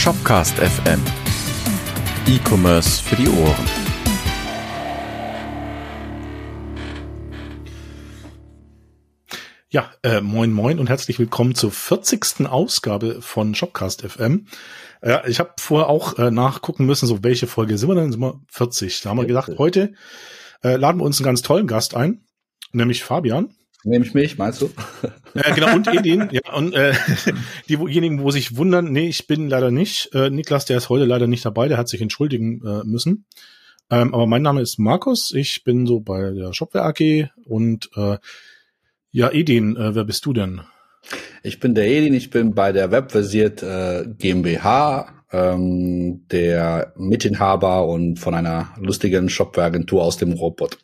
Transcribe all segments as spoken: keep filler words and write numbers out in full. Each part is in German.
Shopcast F M. E-Commerce für die Ohren. Ja, äh, moin moin und herzlich willkommen zur vierzigsten Ausgabe von Shopcast F M. Äh, ich habe vorher auch äh, nachgucken müssen, so welche Folge sind wir denn? Sind wir vierzig. Da haben wir gedacht, heute äh, laden wir uns einen ganz tollen Gast ein, nämlich Fabian. Nämlich mich, meinst du? Äh, genau, und Edin. Ja, und äh, diejenigen, wo sich wundern, nee, ich bin leider nicht. Äh, Niklas, der ist heute leider nicht dabei, der hat sich entschuldigen äh, müssen. Ähm, aber mein Name ist Markus, ich bin so bei der Shopware A G und äh, ja, Edin, äh, wer bist du denn? Ich bin der Edin, ich bin bei der Webversiert äh, GmbH, ähm, der Mitinhaber und von einer lustigen Shopware-Agentur aus dem Robot.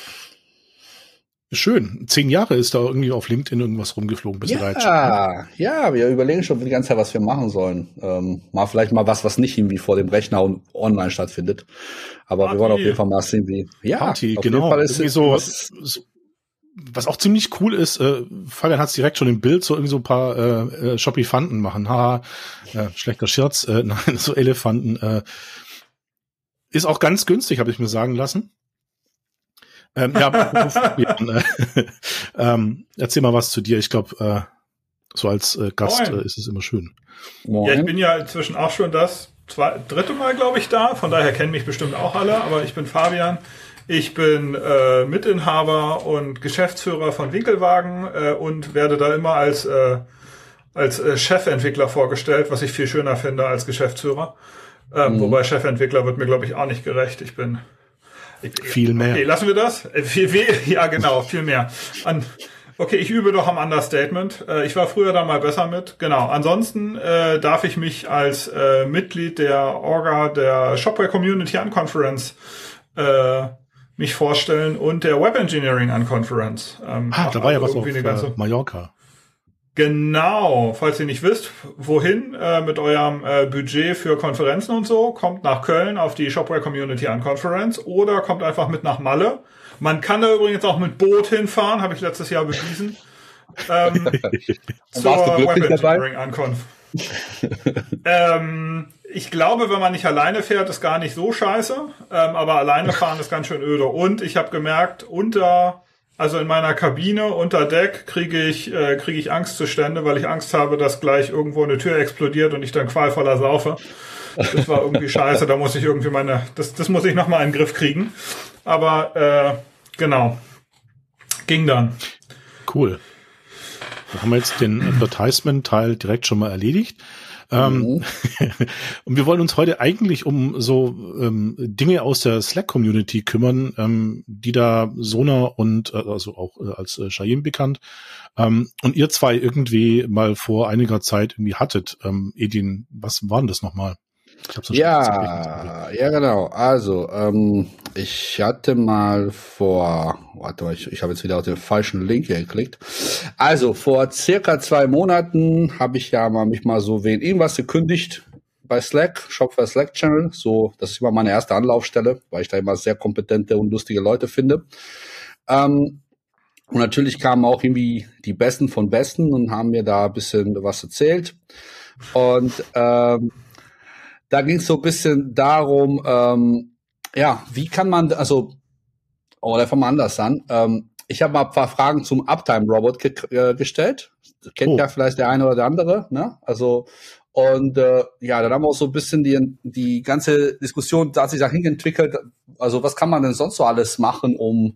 Schön. Zehn Jahre ist da irgendwie auf LinkedIn irgendwas rumgeflogen. Bist ja, du da jetzt ja, wir überlegen schon die ganze Zeit, was wir machen sollen. Ähm, mal vielleicht mal was, was nicht irgendwie vor dem Rechner und online stattfindet. Aber Party. Wir wollen auf jeden Fall mal sehen, wie. Ja, Party, auf genau. jeden Fall ist irgendwie so, was, so, was auch ziemlich cool ist, äh, Fabian hat es direkt schon im Bild, so irgendwie so ein paar äh, Shopifanten machen. Haha, äh, schlechter Scherz. Äh, nein, so Elefanten. Äh, ist auch ganz günstig, habe ich mir sagen lassen. Ähm, ja, Fabian, äh, ähm, erzähl mal was zu dir. Ich glaube, äh, so als äh, Gast äh, ist es immer schön. Moin. Ja, ich bin ja inzwischen auch schon das zwei, dritte Mal, glaube ich, da. Von daher kennen mich bestimmt auch alle. Aber ich bin Fabian. Ich bin äh, Mitinhaber und Geschäftsführer von Winkelwagen äh, und werde da immer als äh, als äh, Chefentwickler vorgestellt, was ich viel schöner finde als Geschäftsführer. Ähm, mhm. Wobei Chefentwickler wird mir, glaube ich, auch nicht gerecht. Ich bin Ich, viel mehr. Okay, lassen wir das. Viel, viel, ja, genau, viel mehr. An, okay, ich übe doch am Understatement. Äh, ich war früher da mal besser mit. Genau. Ansonsten äh, darf ich mich als äh, Mitglied der Orga der Shopware Community Unconference äh, mich vorstellen und der Web Engineering Unconference. Ähm, ah, da war ja was auf äh, Mallorca. Genau, falls ihr nicht wisst, wohin äh, mit eurem äh, Budget für Konferenzen und so, kommt nach Köln auf die Shopware Community Unconference oder kommt einfach mit nach Malle. Man kann da übrigens auch mit Boot hinfahren, habe ich letztes Jahr bewiesen. Ähm, zur Web Engineering Unconf. ähm, ich glaube, wenn man nicht alleine fährt, ist gar nicht so scheiße, ähm, aber alleine fahren ist ganz schön öde. Und ich habe gemerkt, unter Also in meiner Kabine unter Deck kriege ich äh, kriege ich Angstzustände, weil ich Angst habe, dass gleich irgendwo eine Tür explodiert und ich dann qualvoller saufe. Das war irgendwie scheiße, da muss ich irgendwie meine, das das muss ich nochmal in den Griff kriegen. Aber äh, genau, ging dann. Cool. Da haben wir jetzt den Advertisement-Teil direkt schon mal erledigt. Ähm, mhm. Und wir wollen uns heute eigentlich um so ähm, Dinge aus der Slack-Community kümmern, ähm, die da Sona und äh, also auch äh, als äh, Shaim bekannt ähm, und ihr zwei irgendwie mal vor einiger Zeit irgendwie hattet. Ähm, Edin, was war denn das nochmal? Ich hab's ja, ja genau. Also ähm, ich hatte mal vor, warte mal, ich, ich habe jetzt wieder auf den falschen Link hier geklickt. Also vor circa zwei Monaten habe ich ja mal mich mal so wegen irgendwas gekündigt bei Slack, Shopware Slack Channel. So, das ist immer meine erste Anlaufstelle, weil ich da immer sehr kompetente und lustige Leute finde. Ähm, und natürlich kamen auch irgendwie die Besten von Besten und haben mir da ein bisschen was erzählt. Und ähm, da ging es so ein bisschen darum, ähm, ja, wie kann man, also, oder fangen wir anders an. Ähm, ich habe mal ein paar Fragen zum Uptime-Robot ge äh, gestellt. Das kennt oh. ja vielleicht der eine oder der andere, ne? Also, und äh, ja, dann haben wir auch so ein bisschen die, die ganze Diskussion, da hat sich dahin entwickelt, also was kann man denn sonst so alles machen, um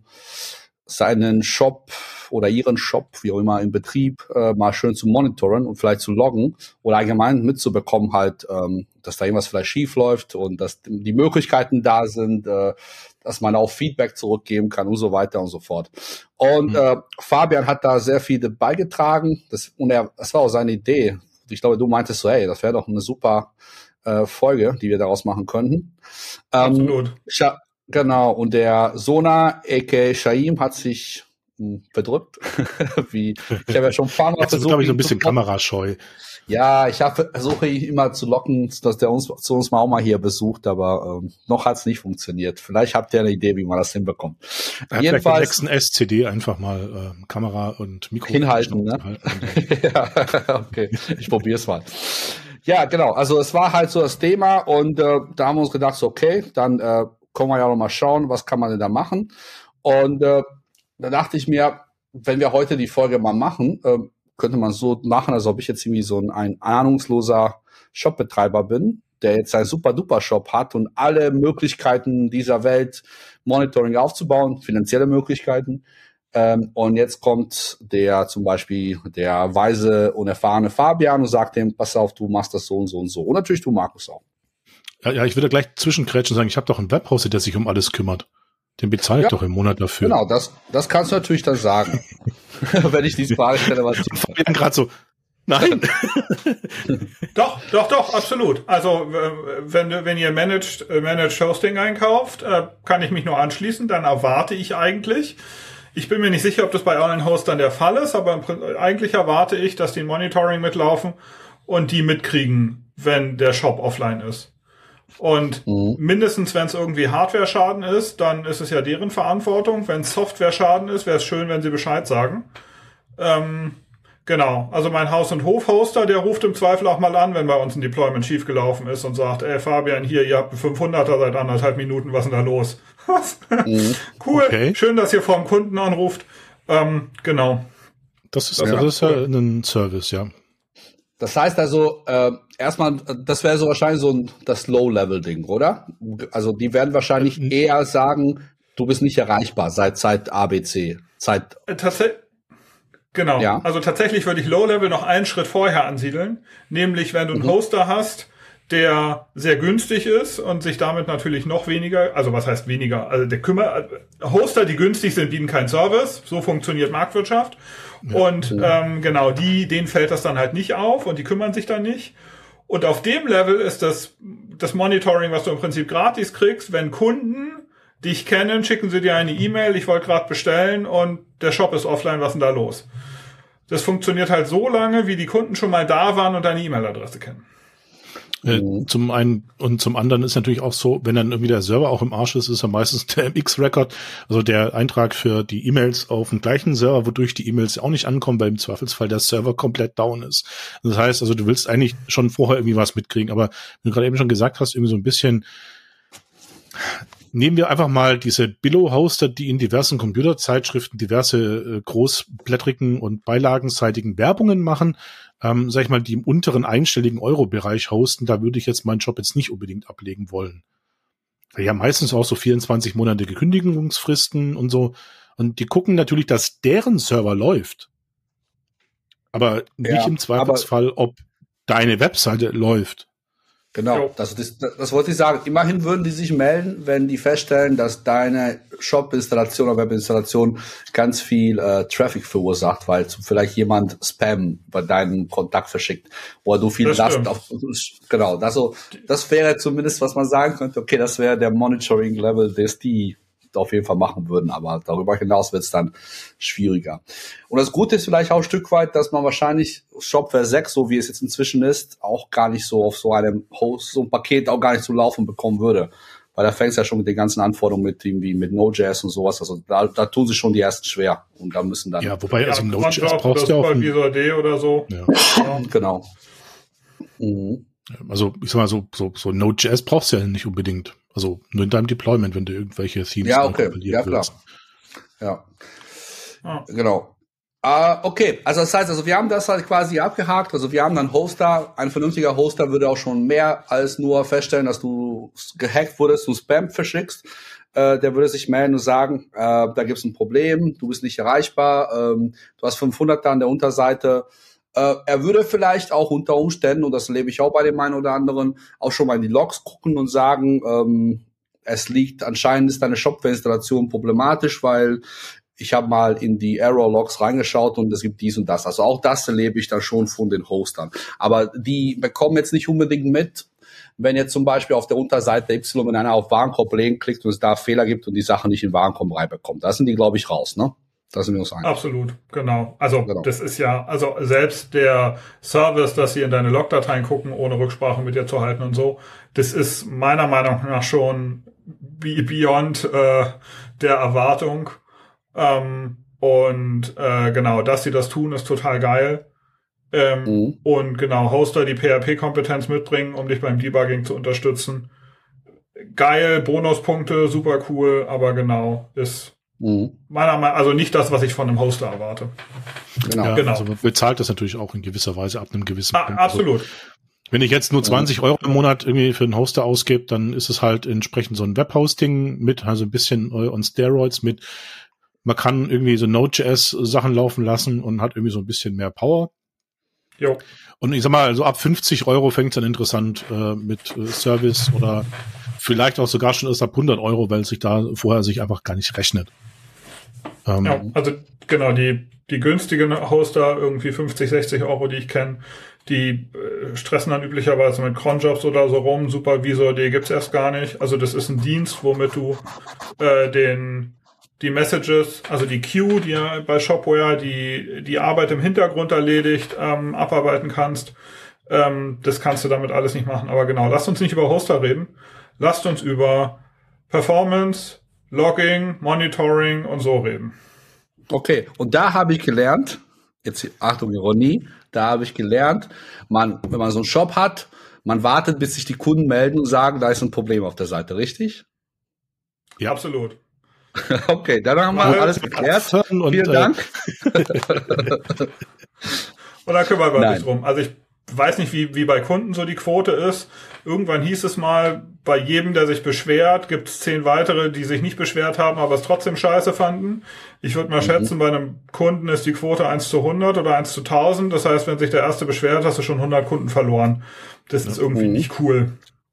seinen Shop oder ihren Shop, wie auch immer, im Betrieb äh, mal schön zu monitoren und vielleicht zu loggen oder allgemein mitzubekommen halt, ähm, dass da irgendwas vielleicht schief läuft und dass die Möglichkeiten da sind, äh, dass man auch Feedback zurückgeben kann und so weiter und so fort. Und mhm. äh, Fabian hat da sehr viel beigetragen. Das, und er, das war auch seine Idee. Ich glaube, du meintest so, hey, das wäre doch eine super äh, Folge, die wir daraus machen könnten. Ähm, Absolut. Ich, genau. Und der Sona, aka Shaim, hat sich mh, verdrückt. Wie, ich habe ja schon ein paar Mal Jetzt versucht. Jetzt glaube ich so ein bisschen kamerascheu. Ja, ich habe versuche immer zu locken, dass der uns zu uns mal auch mal hier besucht, aber ähm, noch hat's nicht funktioniert. Vielleicht habt ihr eine Idee, wie man das hinbekommt. Ja, jedenfalls nächsten S C D einfach mal äh, Kamera und Mikro hinhalten, ne? ja, okay, ich probiere es mal. Ja, genau. Also es war halt so das Thema und äh, da haben wir uns gedacht, so, okay, dann äh, können wir ja noch mal schauen, was kann man denn da machen. Und äh, da dachte ich mir, wenn wir heute die Folge mal machen, äh, könnte man so machen, als ob ich jetzt irgendwie so ein, ein ahnungsloser Shopbetreiber bin, der jetzt einen super-duper-Shop hat und alle Möglichkeiten dieser Welt Monitoring aufzubauen, finanzielle Möglichkeiten. Ähm, und jetzt kommt der zum Beispiel der weise und erfahrene Fabian und sagt ihm, pass auf, du machst das so und so und so. Und natürlich du, Markus, auch. Ja, ja, ich würde gleich zwischengrätschen und sagen, ich habe doch einen Webhoster, der sich um alles kümmert. Den bezahle ich Ja, doch im Monat dafür. Genau, das, das kannst du natürlich dann sagen. Wenn ich diese Frage stelle, was du Fabian gerade so, nein. Doch, doch, doch, absolut. Also wenn, wenn ihr Managed, Managed Hosting einkauft, kann ich mich nur anschließen. Dann erwarte ich eigentlich, ich bin mir nicht sicher, ob das bei allen Hostern der Fall ist, aber eigentlich erwarte ich, dass die Monitoring mitlaufen und die mitkriegen, wenn der Shop offline ist. Und mhm. mindestens, wenn es irgendwie Hardware-Schaden ist, dann ist es ja deren Verantwortung. Wenn es Software-Schaden ist, wäre es schön, wenn sie Bescheid sagen. Ähm, genau. Also mein Haus- und Hof-Hoster, der ruft im Zweifel auch mal an, wenn bei uns ein Deployment schiefgelaufen ist und sagt, ey Fabian, hier, ihr habt einen fünfhunderter seit anderthalb Minuten, was ist denn da los? mhm. Cool, okay. Schön, dass ihr vor dem Kunden anruft. Ähm, genau. Das ist, das ist ja ein Service, ja. Das heißt also, äh, erstmal, das wäre so wahrscheinlich so ein, das Low-Level-Ding, oder? Also die werden wahrscheinlich mhm. eher sagen, du bist nicht erreichbar seit Zeit A B C. Zeit Tatsächlich. Genau. Ja. Also tatsächlich würde ich Low-Level noch einen Schritt vorher ansiedeln, nämlich wenn du einen mhm. Hoster hast, der sehr günstig ist und sich damit natürlich noch weniger, also was heißt weniger, also der kümmert, Hoster, die günstig sind, bieten keinen Service, so funktioniert Marktwirtschaft. Ja, und ja. ähm, genau, die, denen fällt das dann halt nicht auf und die kümmern sich dann nicht. Und auf dem Level ist das das Monitoring, was du im Prinzip gratis kriegst, wenn Kunden dich kennen, schicken sie dir eine E-Mail, ich wollte gerade bestellen und der Shop ist offline, was ist denn da los? Das funktioniert halt so lange, wie die Kunden schon mal da waren und deine E-Mail-Adresse kennen. Äh, zum einen und zum anderen ist natürlich auch so, wenn dann irgendwie der Server auch im Arsch ist, ist ja meistens der M X-Record, also der Eintrag für die E-Mails auf dem gleichen Server, wodurch die E-Mails auch nicht ankommen, weil im Zweifelsfall der Server komplett down ist. Das heißt, also du willst eigentlich schon vorher irgendwie was mitkriegen, aber wie du gerade eben schon gesagt hast, irgendwie so ein bisschen, nehmen wir einfach mal diese Billo-Hoster, die in diversen Computerzeitschriften diverse äh, großblättrigen und beilagenseitigen Werbungen machen, ähm, sag ich mal, die im unteren einstelligen Euro-Bereich hosten, da würde ich jetzt meinen Job jetzt nicht unbedingt ablegen wollen. Weil die haben meistens auch so vierundzwanzig monatige Kündigungsfristen und so. Und die gucken natürlich, dass deren Server läuft. Aber nicht ja, im Zweifelsfall, ob deine Webseite läuft. Genau, das, das, das wollte ich sagen. Immerhin würden die sich melden, wenn die feststellen, dass deine Shop-Installation oder Web-Installation ganz viel äh, Traffic verursacht, weil vielleicht jemand Spam bei deinem Kontakt verschickt oder du viel Last auf. Genau, also das wäre zumindest, was man sagen könnte, okay, das wäre der Monitoring-Level, das die auf jeden Fall machen würden, aber darüber hinaus wird es dann schwieriger. Und das Gute ist vielleicht auch ein Stück weit, dass man wahrscheinlich Shopware sechs, so wie es jetzt inzwischen ist, auch gar nicht so auf so einem Host, so ein Paket auch gar nicht zu laufen bekommen würde. Weil da fängt es ja schon mit den ganzen Anforderungen mit irgendwie mit Node.js und sowas, also da, da tun sich schon die ersten schwer und da müssen dann... Ja, wobei, also ja, Node.js brauchst du ja auch... Bei Visual D oder so. Ja. Ja. Genau. Mhm. Also ich sag mal, so, so, so Node.js brauchst du ja nicht unbedingt. Also nur in deinem Deployment, wenn du irgendwelche Themes ja, okay. Ja, klar. Ja, ah. Genau. Uh, okay, also das heißt, also wir haben das halt quasi abgehakt. Also wir haben dann Hoster. Ein vernünftiger Hoster würde auch schon mehr als nur feststellen, dass du gehackt wurdest und Spam verschickst. Uh, der würde sich melden und sagen, uh, da gibt's ein Problem, du bist nicht erreichbar, um, du hast fünfhunderter an der Unterseite. Uh, er würde vielleicht auch unter Umständen, und das erlebe ich auch bei dem einen oder anderen, auch schon mal in die Logs gucken und sagen, um, es liegt, anscheinend ist deine Shopware-Installation problematisch, weil ich habe mal in die Error-Logs reingeschaut und es gibt dies und das. Also auch das erlebe ich dann schon von den Hostern. Aber die bekommen jetzt nicht unbedingt mit, wenn jetzt zum Beispiel auf der Unterseite Y, wenn einer auf Warenkorb-Link klickt und es da Fehler gibt und die Sache nicht in Warenkorb reinbekommt. Da sind die, glaube ich, raus, ne? Das sind wir uns einig. Absolut, genau. Also genau. Das ist ja, also selbst der Service, dass sie in deine Logdateien gucken, ohne Rücksprache mit dir zu halten und so, das ist meiner Meinung nach schon beyond äh, der Erwartung. Ähm, und äh, genau, dass sie das tun, ist total geil. Ähm, Mhm. Und genau, Hoster, die P H P-Kompetenz mitbringen, um dich beim Debugging zu unterstützen. Geil, Bonuspunkte, super cool, aber genau, ist Mhm. meiner Meinung nach, also nicht das, was ich von einem Hoster erwarte. Genau. Ja, genau. also man bezahlt das natürlich auch in gewisser Weise ab einem gewissen Ah, Punkt. absolut. Also, wenn ich jetzt nur zwanzig Euro im Monat irgendwie für einen Hoster ausgebe, dann ist es halt entsprechend so ein Webhosting mit, also ein bisschen äh, on Steroids mit, man kann irgendwie so Node.js-Sachen laufen lassen und hat irgendwie so ein bisschen mehr Power. Jo. Und ich sag mal, also ab fünfzig Euro fängt es dann interessant äh, mit äh, Service oder vielleicht auch sogar schon erst ab hundert Euro, weil sich da vorher sich einfach gar nicht rechnet. Ähm, Ja, also genau, die, die günstigen Hoster, irgendwie fünfzig, sechzig Euro, die ich kenne, die äh, stressen dann üblicherweise mit Cronjobs oder so rum. Supervisor, die gibt's erst gar nicht. Also das ist ein Dienst, womit du äh, den die Messages, also die Queue, die ja bei Shopware die die Arbeit im Hintergrund erledigt, ähm, abarbeiten kannst. Ähm, das kannst du damit alles nicht machen. Aber genau, lasst uns nicht über Hoster reden. Lasst uns über Performance, Logging, Monitoring und so reden. Okay, und da habe ich gelernt, jetzt Achtung, Ironie, da habe ich gelernt, man, wenn man so einen Shop hat, man wartet, bis sich die Kunden melden und sagen, da ist ein Problem auf der Seite, richtig? Ja. Absolut. Okay, dann haben wir Mal alles geklärt. und, Vielen äh, Dank. Und da kümmern wir Nein. uns drum. Also ich weiß nicht, wie, wie bei Kunden so die Quote ist. Irgendwann hieß es mal, bei jedem, der sich beschwert, gibt es zehn weitere, die sich nicht beschwert haben, aber es trotzdem scheiße fanden. Ich würde mal mhm. schätzen, bei einem Kunden ist die Quote eins zu hundert oder eins zu tausend. Das heißt, wenn sich der erste beschwert, hast du schon hundert Kunden verloren. Das ist irgendwie mhm. nicht cool.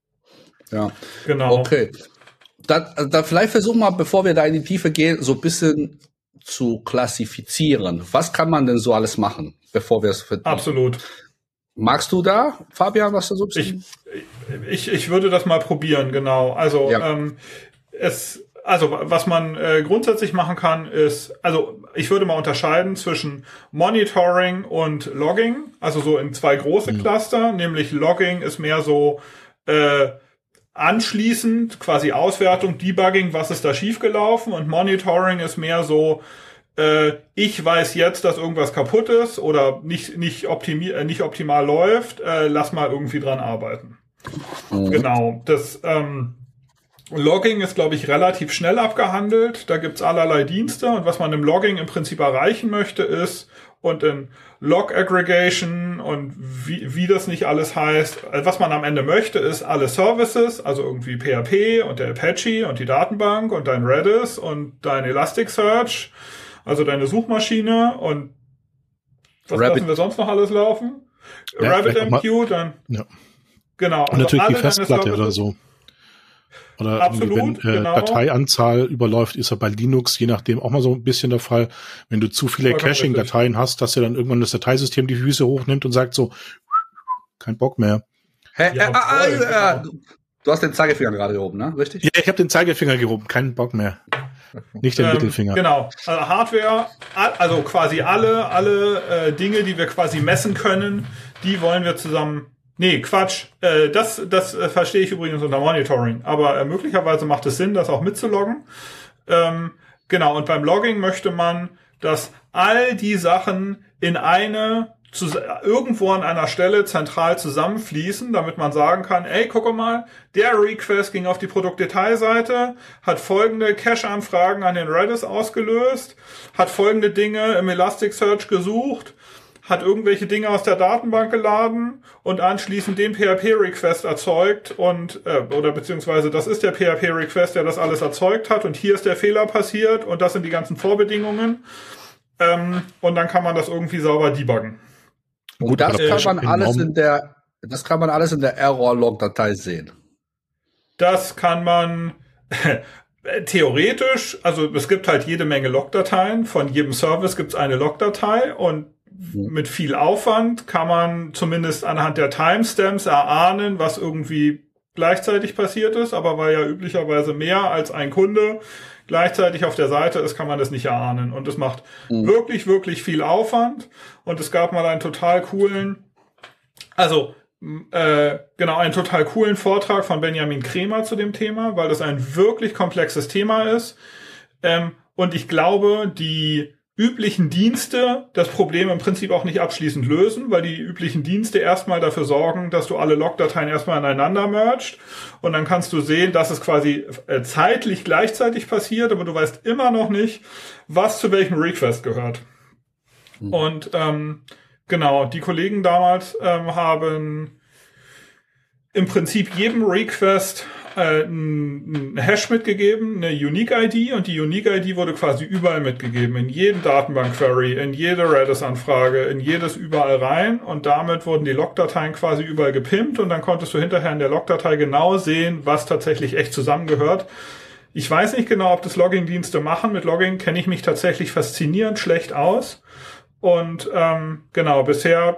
Ja, genau. Okay. Dann, dann vielleicht versuchen wir, bevor wir da in die Tiefe gehen, so ein bisschen zu klassifizieren. Was kann man denn so alles machen, bevor wir es vertiefen? Absolut. Magst du da, Fabian, was da so ich, ich, ich würde das mal probieren, genau. Also ja. ähm, es, also was man äh, grundsätzlich machen kann, ist, also ich würde mal unterscheiden zwischen Monitoring und Logging, also so in zwei große mhm. Cluster, nämlich Logging ist mehr so äh, anschließend quasi Auswertung, Debugging, was ist da schiefgelaufen, und Monitoring ist mehr so, äh, ich weiß jetzt, dass irgendwas kaputt ist oder nicht nicht, optimi- äh, nicht optimal läuft, äh, lass mal irgendwie dran arbeiten. Mhm. Genau, das ähm, Logging ist, glaube ich, relativ schnell abgehandelt, da gibt's allerlei Dienste, und was man im Logging im Prinzip erreichen möchte ist, und in Log Aggregation und wie, wie das nicht alles heißt. Was man am Ende möchte, ist alle Services, also irgendwie P H P und der Apache und die Datenbank und dein Redis und dein Elasticsearch, also deine Suchmaschine, und was Rabbit. lassen wir sonst noch alles laufen? Ja, RabbitMQ, dann ja. Genau. Und also natürlich die Festplatte oder so. Oder Absolut, wenn äh, genau. Dateianzahl überläuft, ist ja bei Linux je nachdem auch mal so ein bisschen der Fall. Wenn du zu viele Caching-Dateien hast, dass dir dann irgendwann das Dateisystem die Füße hochnimmt und sagt so, kein Bock mehr. Hä? Ja, äh, äh, äh, genau. Du hast den Zeigefinger gerade gehoben, ne? Richtig? Ja, ich habe den Zeigefinger gehoben, keinen Bock mehr. Nicht den ähm, Mittelfinger. Genau. Also Hardware, also quasi alle, alle äh, Dinge, die wir quasi messen können, die wollen wir zusammen. Nee, Quatsch. Äh, das das äh, verstehe ich übrigens unter Monitoring. Aber äh, möglicherweise macht es Sinn, das auch mitzuloggen. Ähm, genau, und beim Logging möchte man, dass all die Sachen in eine, zu, irgendwo an einer Stelle zentral zusammenfließen, damit man sagen kann, ey, guck mal, der Request ging auf die Produktdetailseite, hat folgende Cache-Anfragen an den Redis ausgelöst, hat folgende Dinge im Elasticsearch gesucht, hat irgendwelche Dinge aus der Datenbank geladen und anschließend den P H P-Request erzeugt und äh, oder beziehungsweise das ist der P H P-Request, der das alles erzeugt hat, und hier ist der Fehler passiert und das sind die ganzen Vorbedingungen, ähm, und dann kann man das irgendwie sauber debuggen. Und das äh, kann man alles in der das kann man alles in der Error-Log-Datei sehen. Das kann man theoretisch, also es gibt halt jede Menge Logdateien, von jedem Service gibt es eine Logdatei, und mit viel Aufwand kann man zumindest anhand der Timestamps erahnen, was irgendwie gleichzeitig passiert ist, aber weil ja üblicherweise mehr als ein Kunde gleichzeitig auf der Seite ist, kann man das nicht erahnen, und es macht mhm. wirklich, wirklich viel Aufwand. Und es gab mal einen total coolen, also äh, genau, einen total coolen Vortrag von Benjamin Kremer zu dem Thema, weil das ein wirklich komplexes Thema ist, ähm, und ich glaube, die üblichen Dienste das Problem im Prinzip auch nicht abschließend lösen, weil die üblichen Dienste erstmal dafür sorgen, dass du alle Logdateien erstmal ineinander merged und dann kannst du sehen, dass es quasi zeitlich gleichzeitig passiert, aber du weißt immer noch nicht, was zu welchem Request gehört. Mhm. Und ähm, genau, die Kollegen damals ähm, haben im Prinzip jedem Request äh, ein Hash mitgegeben, eine Unique I D, und die Unique I D wurde quasi überall mitgegeben, in jeden Datenbank-Query, in jede Redis-Anfrage, in jedes überall rein, und damit wurden die Logdateien quasi überall gepimpt und dann konntest du hinterher in der Logdatei genau sehen, was tatsächlich echt zusammengehört. Ich weiß nicht genau, ob das Logging-Dienste machen. Mit Logging kenne ich mich tatsächlich faszinierend schlecht aus. Und ähm, genau, bisher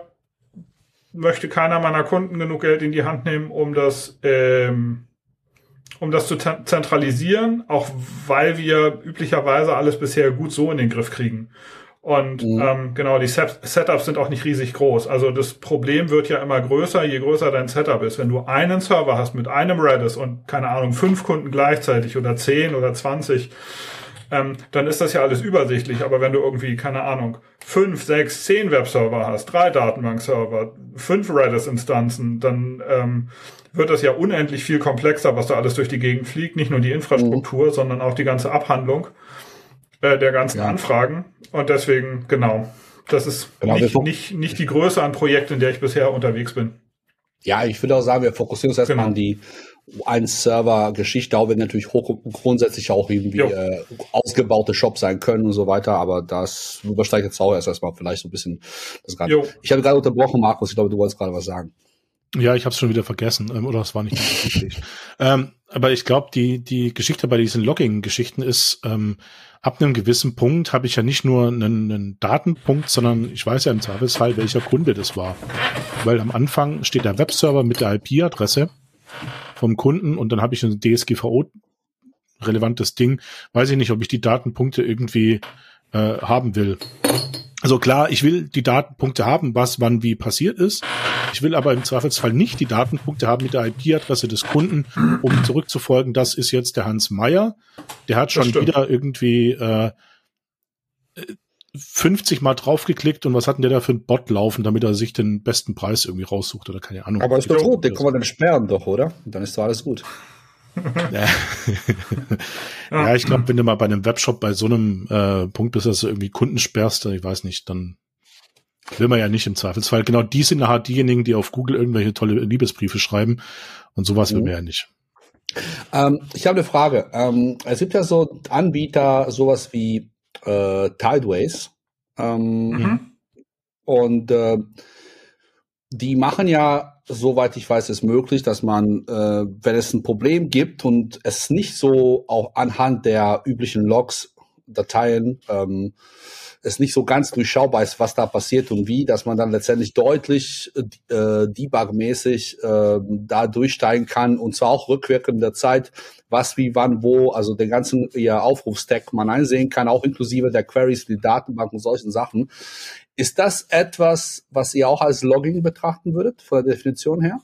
möchte keiner meiner Kunden genug Geld in die Hand nehmen, um das ähm, um das zu zentralisieren, auch weil wir üblicherweise alles bisher gut so in den Griff kriegen. Und mhm. ähm, genau, die Set- Setups sind auch nicht riesig groß. Also das Problem wird ja immer größer, je größer dein Setup ist. Wenn du einen Server hast mit einem Redis und, keine Ahnung, fünf Kunden gleichzeitig oder zehn oder zwanzig, ähm, dann ist das ja alles übersichtlich. Aber wenn du irgendwie, keine Ahnung, fünf, sechs, zehn Webserver hast, drei Datenbankserver, fünf Redis-Instanzen, dann ähm, wird das ja unendlich viel komplexer, was da alles durch die Gegend fliegt. Nicht nur die Infrastruktur, mhm. sondern auch die ganze Abhandlung äh, der ganzen ja. Anfragen. Und deswegen, genau, das ist genau, nicht, nicht, nicht die Größe an Projekten, in der ich bisher unterwegs bin. Ja, ich würde auch sagen, wir fokussieren uns erstmal genau. an die Ein-Server-Geschichte, auch wenn natürlich hoch, grundsätzlich auch irgendwie äh, ausgebaute Shops sein können und so weiter, aber das übersteigt jetzt auch erst erstmal vielleicht so ein bisschen das Ganze. Ich habe gerade unterbrochen, Markus, ich glaube, du wolltest gerade was sagen. Ja, ich habe es schon wieder vergessen, ähm, oder es war nicht ganz richtig. ähm, aber ich glaube, die die Geschichte bei diesen Logging-Geschichten ist, ähm, ab einem gewissen Punkt habe ich ja nicht nur einen, einen Datenpunkt, sondern ich weiß ja im Zweifelsfall, welcher Kunde das war. Weil am Anfang steht der Webserver mit der I P-Adresse vom Kunden und dann habe ich ein D S G V O-relevantes Ding. Weiß ich nicht, ob ich die Datenpunkte irgendwie äh, haben will. Also klar, ich will die Datenpunkte haben, was wann wie passiert ist. Ich will aber im Zweifelsfall nicht die Datenpunkte haben mit der I P-Adresse des Kunden, um zurückzufolgen, das ist jetzt der Hans Meyer. Der hat schon wieder irgendwie äh, fünfzig Mal draufgeklickt und was hat denn der da für einen Bot laufen, damit er sich den besten Preis irgendwie raussucht oder keine Ahnung. Aber ist doch gut, den kann man dann sperren doch, oder? Und dann ist doch alles gut. ja. ja, ich glaube, wenn du mal bei einem Webshop bei so einem äh, Punkt bist, dass du irgendwie Kunden sperrst, ich weiß nicht, dann will man ja nicht im Zweifelsfall. Genau, die sind nachher diejenigen, die auf Google irgendwelche tolle Liebesbriefe schreiben und sowas mhm. will man ja nicht. Ähm, ich habe eine Frage. Ähm, es gibt ja so Anbieter, sowas wie äh, Tideways ähm, mhm. und äh, die machen ja, soweit ich weiß, es möglich, dass man, äh, wenn es ein Problem gibt und es nicht so auch anhand der üblichen Logs, Dateien, ähm, es nicht so ganz durchschaubar ist, was da passiert und wie, dass man dann letztendlich deutlich äh, debugmäßig äh, da durchsteigen kann und zwar auch rückwirkend in der Zeit, was, wie, wann, wo, also den ganzen ja, Aufrufstack man einsehen kann, auch inklusive der Queries, die Datenbank und solchen Sachen. Ist das etwas, was ihr auch als Logging betrachten würdet, von der Definition her?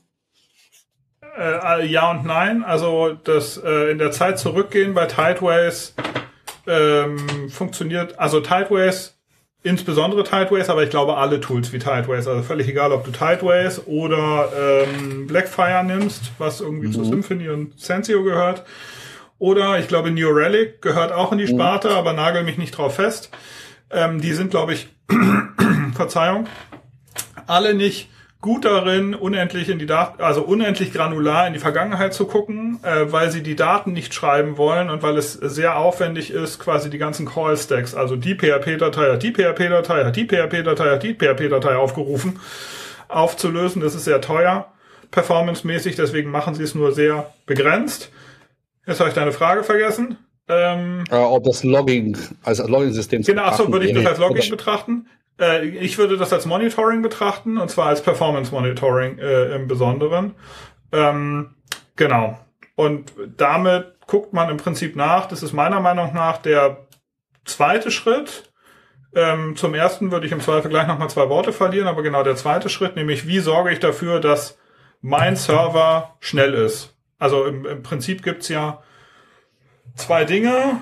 Äh, ja und nein. Also das äh, in der Zeit zurückgehen bei Tideways ähm, funktioniert, also Tideways, insbesondere Tideways, aber ich glaube alle Tools wie Tideways, also völlig egal, ob du Tideways oder ähm, Blackfire nimmst, was irgendwie mhm. zu Symfony und Sensio gehört, oder ich glaube New Relic gehört auch in die Sparte, mhm. aber nagel mich nicht drauf fest. Ähm, die sind, glaube ich, Verzeihung, alle nicht gut darin, unendlich in die Daten, also unendlich granular in die Vergangenheit zu gucken, äh, weil sie die Daten nicht schreiben wollen und weil es sehr aufwendig ist, quasi die ganzen Call-Stacks, also die P H P-Datei hat die P H P-Datei hat die P H P-Datei hat die P H P-Datei aufgerufen, aufzulösen. Das ist sehr teuer, performancemäßig, deswegen machen sie es nur sehr begrenzt. Jetzt habe ich deine Frage vergessen. Ähm, äh, ob das Logging, also Logging-System genau, achso, würde ich das als Logging betrachten? Äh, ich würde das als Monitoring betrachten, und zwar als Performance-Monitoring äh, im Besonderen. Ähm, genau. Und damit guckt man im Prinzip nach, das ist meiner Meinung nach der zweite Schritt. Ähm, zum ersten würde ich im Zweifel gleich nochmal zwei Worte verlieren, aber genau der zweite Schritt, nämlich wie sorge ich dafür, dass mein Server schnell ist. Also im, im Prinzip gibt's ja zwei Dinge.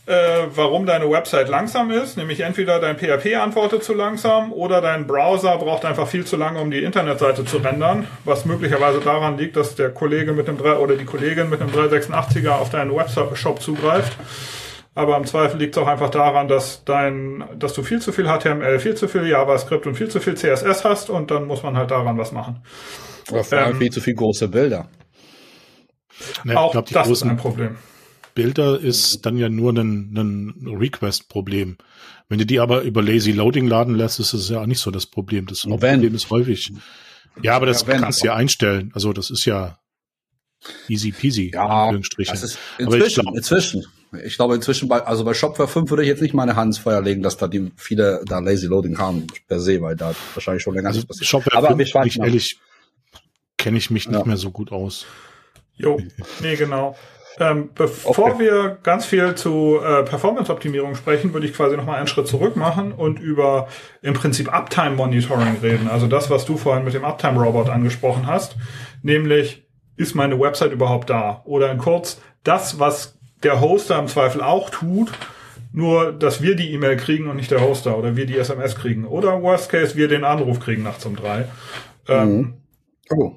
äh, warum deine Website langsam ist, nämlich entweder dein P H P antwortet zu langsam oder dein Browser braucht einfach viel zu lange, um die Internetseite zu rendern, was möglicherweise daran liegt, dass der Kollege mit einem drei oder die Kollegin mit einem dreihundertsechsundachtziger auf deinen Webshop zugreift. Aber im Zweifel liegt es auch einfach daran, dass dein, dass du viel zu viel H T M L, viel zu viel JavaScript und viel zu viel C S S hast und dann muss man halt daran was machen. Oder vor allem ähm, viel zu viel große Bilder. Ne, auch glaub, das ist ein Problem. Bilder ist dann ja nur ein, ein Request-Problem. Wenn du die aber über Lazy Loading laden lässt, ist das ja auch nicht so das Problem. Das Problem ist häufig. Ja, aber das ja, wenn, kannst du ja einstellen. Also das ist ja easy peasy. Ja, das ist inzwischen, glaub, inzwischen. Ich glaube inzwischen bei, also bei Shopware fünf würde ich jetzt nicht meine Hand ins Feuer legen, dass da die viele da Lazy Loading haben per se, weil da wahrscheinlich schon länger also nichts passiert. Shopware aber fünf, wir ich ehrlich, kenne ich mich nicht ja. mehr so gut aus. Jo, nee, genau. Ähm, bevor okay. wir ganz viel zu äh, Performance-Optimierung sprechen, würde ich quasi nochmal einen Schritt zurück machen und über im Prinzip Uptime-Monitoring reden. Also das, was du vorhin mit dem Uptime-Robot angesprochen hast, nämlich, ist meine Website überhaupt da? Oder in kurz, das, was der Hoster im Zweifel auch tut, nur, dass wir die E-Mail kriegen und nicht der Hoster oder wir die S M S kriegen. Oder worst case, wir den Anruf kriegen nachts um drei. Ähm, mhm. Oh.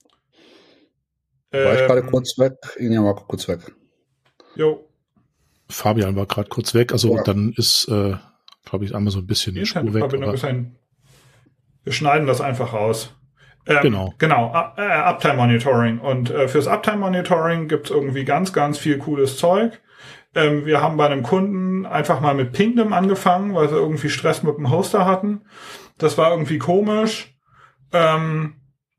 War ich gerade kurz weg? Ja, war kurz weg. Jo. Fabian war gerade kurz weg. Also ja. dann ist, äh, glaube ich, einmal so ein bisschen die Spur weg. Ist ein, wir schneiden das einfach raus. Ähm, genau. Genau, uh, uh, Uptime Monitoring. Und uh, fürs Uptime Monitoring gibt's irgendwie ganz, ganz viel cooles Zeug. Ähm, wir haben bei einem Kunden einfach mal mit Pingdom angefangen, weil sie irgendwie Stress mit dem Hoster hatten. Das war irgendwie komisch. Ähm,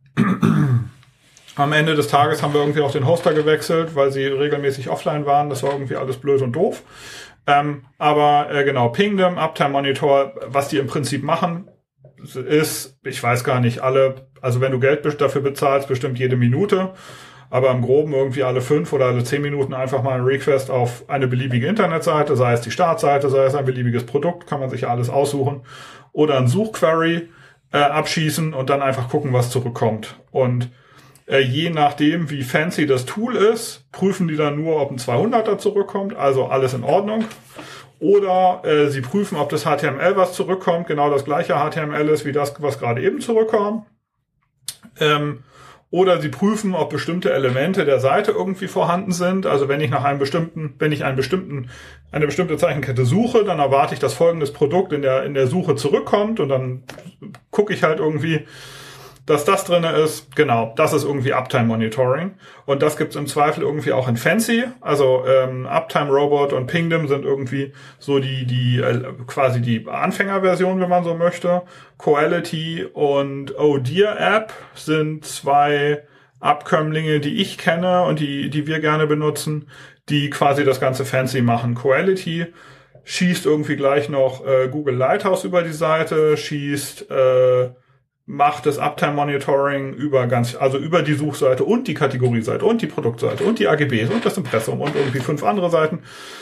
Am Ende des Tages haben wir irgendwie auch den Hoster gewechselt, weil sie regelmäßig offline waren. Das war irgendwie alles blöd und doof. Ähm, aber äh, genau, Pingdom, Uptime Monitor, was die im Prinzip machen, ist, ich weiß gar nicht, alle, also wenn du Geld dafür bezahlst, bestimmt jede Minute, aber im Groben irgendwie alle fünf oder alle zehn Minuten einfach mal ein Request auf eine beliebige Internetseite, sei es die Startseite, sei es ein beliebiges Produkt, kann man sich ja alles aussuchen, oder ein Suchquery äh, abschießen und dann einfach gucken, was zurückkommt. Und Äh, je nachdem, wie fancy das Tool ist, prüfen die dann nur, ob ein zweihunderter zurückkommt, also alles in Ordnung. Oder äh, sie prüfen, ob das H T M L, was zurückkommt, genau das gleiche H T M L ist, wie das, was gerade eben zurückkam. Ähm, oder sie prüfen, ob bestimmte Elemente der Seite irgendwie vorhanden sind. Also wenn ich nach einem bestimmten, wenn ich einen bestimmten, eine bestimmte Zeichenkette suche, dann erwarte ich, dass folgendes Produkt in der, in der Suche zurückkommt und dann gucke ich halt irgendwie, dass das drinne ist. Genau, das ist irgendwie Uptime Monitoring. Und das gibt's im Zweifel irgendwie auch in Fancy. Also ähm, Uptime Robot und Pingdom sind irgendwie so die die äh, quasi die Anfängerversion, wenn man so möchte. Coality und Oh Dear App sind zwei Abkömmlinge, die ich kenne und die die wir gerne benutzen, die quasi das ganze Fancy machen. Coality schießt irgendwie gleich noch äh, Google Lighthouse über die Seite, schießt äh, macht das Uptime Monitoring über ganz, also über die Suchseite und die Kategorieseite und die Produktseite und die A G Bs und das Impressum und irgendwie fünf andere Seiten.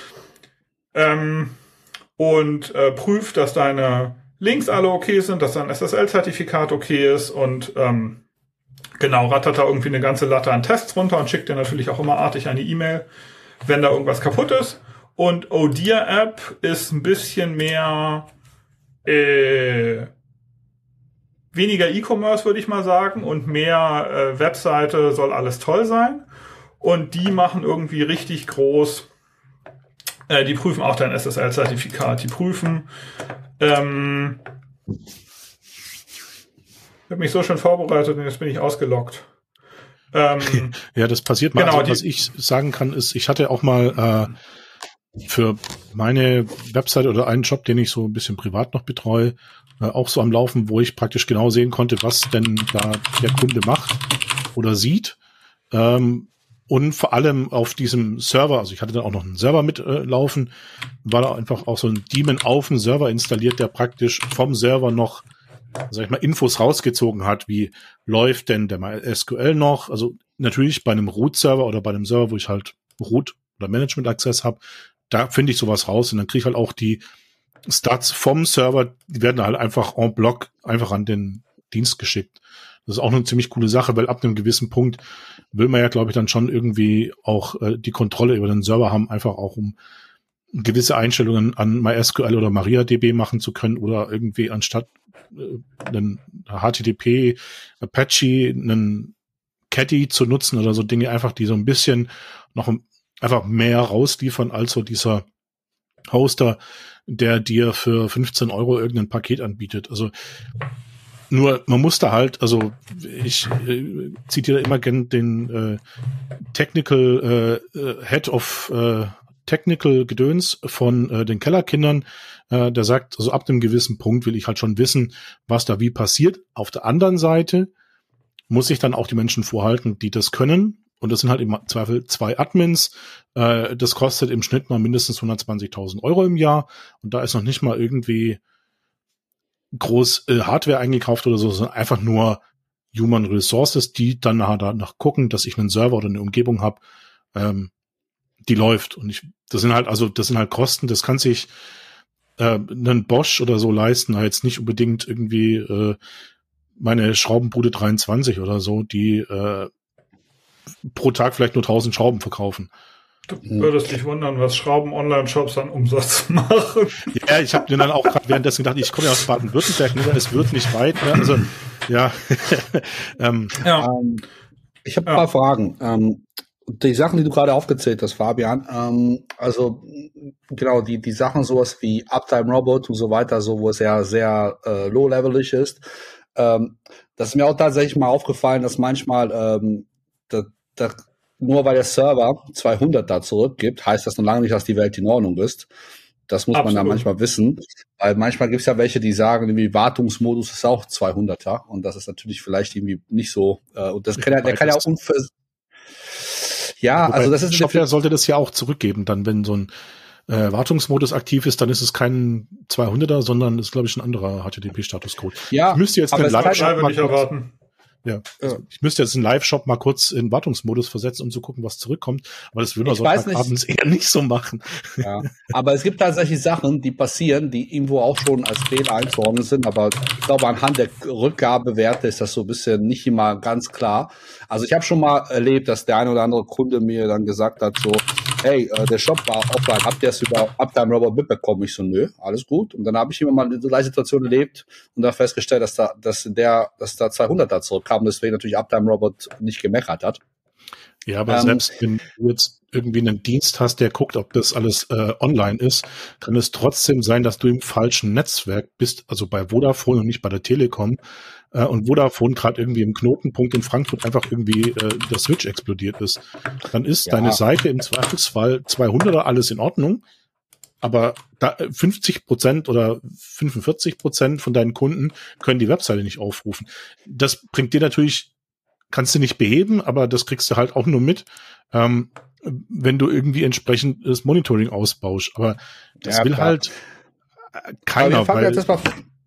Ähm, und äh, prüft, dass deine Links alle okay sind, dass dein S S L-Zertifikat okay ist und ähm, genau, rattert da irgendwie eine ganze Latte an Tests runter und schickt dir natürlich auch immer artig eine E-Mail, wenn da irgendwas kaputt ist. Und Oh Dear App ist ein bisschen mehr äh, weniger E-Commerce, würde ich mal sagen, und mehr äh, Webseite soll alles toll sein. Und die machen irgendwie richtig groß, äh, die prüfen auch dein S S L-Zertifikat. Die prüfen, ähm, ich habe mich so schön vorbereitet und jetzt bin ich ausgeloggt. Ähm, ja, das passiert mal. Genau, also, was ich sagen kann, ist, ich hatte auch mal äh, für meine Website oder einen Job, den ich so ein bisschen privat noch betreue, auch so am Laufen, wo ich praktisch genau sehen konnte, was denn da der Kunde macht oder sieht. Ähm, und vor allem auf diesem Server, also ich hatte da auch noch einen Server mitlaufen, äh, war da einfach auch so ein Daemon auf dem Server installiert, der praktisch vom Server noch, sag ich mal, Infos rausgezogen hat, wie läuft denn der MySQL noch. Also natürlich bei einem Root-Server oder bei einem Server, wo ich halt Root- oder Management-Access habe, da finde ich sowas raus und dann kriege ich halt auch die Stats vom Server, die werden halt einfach en bloc einfach an den Dienst geschickt. Das ist auch eine ziemlich coole Sache, weil ab einem gewissen Punkt will man ja, glaube ich, dann schon irgendwie auch äh, die Kontrolle über den Server haben, einfach auch um gewisse Einstellungen an MySQL oder MariaDB machen zu können oder irgendwie anstatt äh, einen H T T P, Apache, einen Caddy zu nutzen oder so Dinge einfach, die so ein bisschen noch einfach mehr rausliefern als so dieser Hoster, der dir für fünfzehn Euro irgendein Paket anbietet. Also nur, man muss da halt, also ich äh, zitiere immer gern den äh, Technical äh, Head of äh, Technical Gedöns von äh, den Kellerkindern, äh, der sagt, also ab einem gewissen Punkt will ich halt schon wissen, was da wie passiert. Auf der anderen Seite muss ich dann auch die Menschen vorhalten, die das können. Und das sind halt im Zweifel zwei Admins. Äh, das kostet im Schnitt mal mindestens hundertzwanzigtausend Euro im Jahr. Und da ist noch nicht mal irgendwie groß äh, Hardware eingekauft oder so, sondern einfach nur Human Resources, die dann nachher danach gucken, dass ich einen Server oder eine Umgebung habe, ähm, die läuft. Und ich, das sind halt, also das sind halt Kosten, das kann sich äh, einen Bosch oder so leisten, jetzt nicht unbedingt irgendwie äh, meine Schraubenbude dreiundzwanzig oder so, die äh, pro Tag vielleicht nur tausend Schrauben verkaufen. Du würdest dich wundern, was Schrauben-Online-Shops an Umsatz machen. Ja, ich habe mir dann auch gerade währenddessen gedacht, ich komme ja aus Baden-Württemberg, ne? Es wird nicht weit. Ne? Also, ja. ähm, ja. Ähm, ich habe ein ja. paar Fragen. Ähm, die Sachen, die du gerade aufgezählt hast, Fabian, ähm, also genau, die die Sachen sowas wie Uptime Robot und so weiter, so wo es ja sehr äh, low-levelig ist, ähm, das ist mir auch tatsächlich mal aufgefallen, dass manchmal ähm, da, da nur weil der Server zweihundert da zurückgibt, heißt das noch lange nicht, dass die Welt in Ordnung ist. Das muss Absolut. Man da manchmal wissen. Weil manchmal gibt es ja welche, die sagen, irgendwie Wartungsmodus ist auch zweihunderter. Und das ist natürlich vielleicht irgendwie nicht so. Äh, und das kann ja, der kann ja auch unvers... Ja, Wobei also das ist... Shopware sollte das ja auch zurückgeben. Dann, wenn so ein äh, Wartungsmodus aktiv ist, dann ist es kein zweihunderter, sondern ist, glaube ich, ein anderer H T T P-Statuscode. Ja, ich müsste jetzt den Live-Shop nicht erwarten. Ja, also ich müsste jetzt einen Live-Shop mal kurz in Wartungsmodus versetzen, um zu gucken, was zurückkommt. Aber das würde man so abends eher nicht so machen. Ja, aber es gibt tatsächlich Sachen, die passieren, die irgendwo auch schon als Fehler einzuordnen sind. Aber ich glaube, anhand der Rückgabewerte ist das so ein bisschen nicht immer ganz klar. Also ich habe schon mal erlebt, dass der ein oder andere Kunde mir dann gesagt hat, so, hey, äh, der Shop war offline, habt ihr es über Uptime Robot mitbekommen? Ich so, nö, alles gut. Und dann habe ich immer mal in so einer Situation erlebt und dann festgestellt, dass da, dass der, dass da zweihundert da zurückkam, deswegen natürlich Uptime Robot nicht gemeckert hat. Ja, aber ähm, selbst wenn du jetzt irgendwie einen Dienst hast, der guckt, ob das alles äh, online ist, kann es trotzdem sein, dass du im falschen Netzwerk bist, also bei Vodafone und nicht bei der Telekom. Äh, und Vodafone gerade irgendwie im Knotenpunkt in Frankfurt einfach irgendwie äh, der Switch explodiert ist. Dann ist ja. deine Seite im Zweifelsfall zweihunderter alles in Ordnung, aber da fünfzig Prozent oder fünfundvierzig Prozent von deinen Kunden können die Webseite nicht aufrufen. Das bringt dir natürlich, kannst du nicht beheben, aber das kriegst du halt auch nur mit, ähm, wenn du irgendwie entsprechend das Monitoring ausbaust. Aber das ja, will klar. halt keiner. Aber wir weil,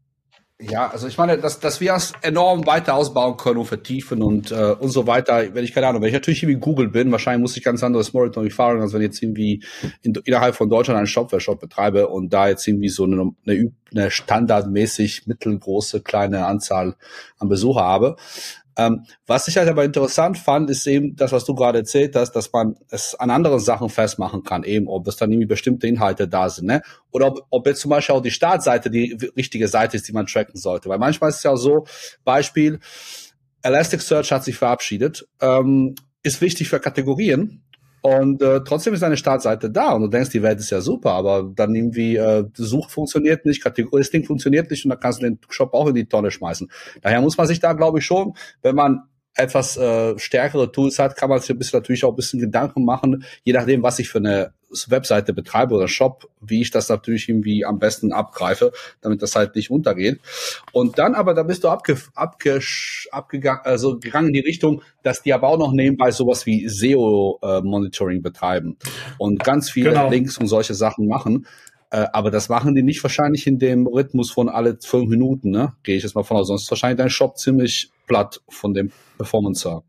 ja, also ich meine, dass, dass wir es enorm weiter ausbauen können und vertiefen und äh, und so weiter, wenn ich keine Ahnung, wenn ich natürlich irgendwie Google bin, wahrscheinlich muss ich ganz anderes Monitoring fahren, als wenn ich jetzt irgendwie in, innerhalb von Deutschland einen Shopware-Shop betreibe und da jetzt irgendwie so eine, eine, eine standardmäßig mittelgroße kleine Anzahl an Besucher habe. Ähm, was ich halt aber interessant fand, ist eben das, was du gerade erzählt hast, dass man es an anderen Sachen festmachen kann, eben ob es dann irgendwie bestimmte Inhalte da sind, ne? Oder ob, ob jetzt zum Beispiel auch die Startseite die richtige Seite ist, die man tracken sollte. Weil manchmal ist es ja auch so, Beispiel, Elasticsearch hat sich verabschiedet, ähm, ist wichtig für Kategorien. Und äh, trotzdem ist eine Startseite da und du denkst, die Welt ist ja super, aber dann irgendwie äh, die Suche funktioniert nicht, Kategoristing funktioniert nicht und dann kannst du den Shop auch in die Tonne schmeißen. Daher muss man sich da, glaube ich, schon, wenn man etwas äh, stärkere Tools hat, kann man sich ein bisschen natürlich auch ein bisschen Gedanken machen, je nachdem, was ich für eine Webseite betreibe oder Shop, wie ich das natürlich irgendwie am besten abgreife, damit das halt nicht untergeht. Und dann aber, da bist du abge, abge, abgegangen, also gegangen in die Richtung, dass die aber auch noch nebenbei sowas wie S E O-Monitoring äh, betreiben und ganz viele genau. Links und solche Sachen machen. Äh, aber das machen die nicht wahrscheinlich in dem Rhythmus von alle fünf Minuten, ne? Gehe ich jetzt mal von aus. Sonst ist wahrscheinlich dein Shop ziemlich platt von dem Performance her.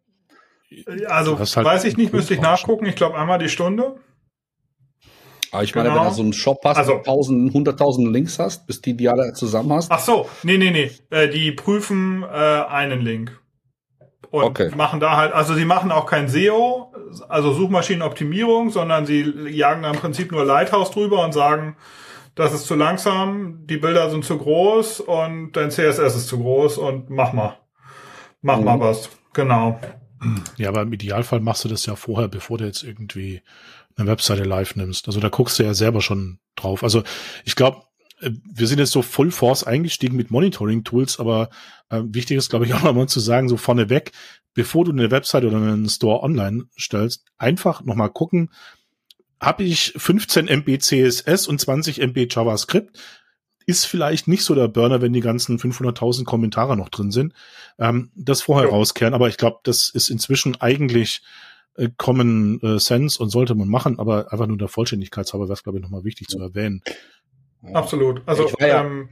Also, halt weiß ich nicht, müsste ich nachgucken. Ich glaube, einmal die Stunde. Aber ich meine, genau. wenn du so einen Shop hast, also, tausend, hunderttausend Links hast, bis die die alle zusammen hast. Ach so, nee, nee, nee. Äh, die prüfen äh, einen Link. Und okay. machen da halt, also die machen auch kein S E O, also Suchmaschinenoptimierung, sondern sie jagen da im Prinzip nur Lighthouse drüber und sagen, das ist zu langsam, die Bilder sind zu groß und dein C S S ist zu groß und mach mal. Mach mhm. mal was. Genau. Ja, aber im Idealfall machst du das ja vorher, bevor du jetzt irgendwie eine Webseite live nimmst. Also da guckst du ja selber schon drauf. Also ich glaube, wir sind jetzt so Full Force eingestiegen mit Monitoring-Tools, aber äh, wichtig ist, glaube ich, auch nochmal zu sagen, so vorneweg, bevor du eine Webseite oder einen Store online stellst, einfach nochmal gucken, habe ich fünfzehn Megabyte C S S und zwanzig Megabyte JavaScript? Ist vielleicht nicht so der Burner, wenn die ganzen fünfhunderttausend Kommentare noch drin sind. Ähm, das vorher ja. rauskehren, aber ich glaube, das ist inzwischen eigentlich äh, Common äh, Sense und sollte man machen, aber einfach nur der Vollständigkeit halber wäre es, glaube ich, nochmal wichtig ja. zu erwähnen. Absolut. Also ja, ähm,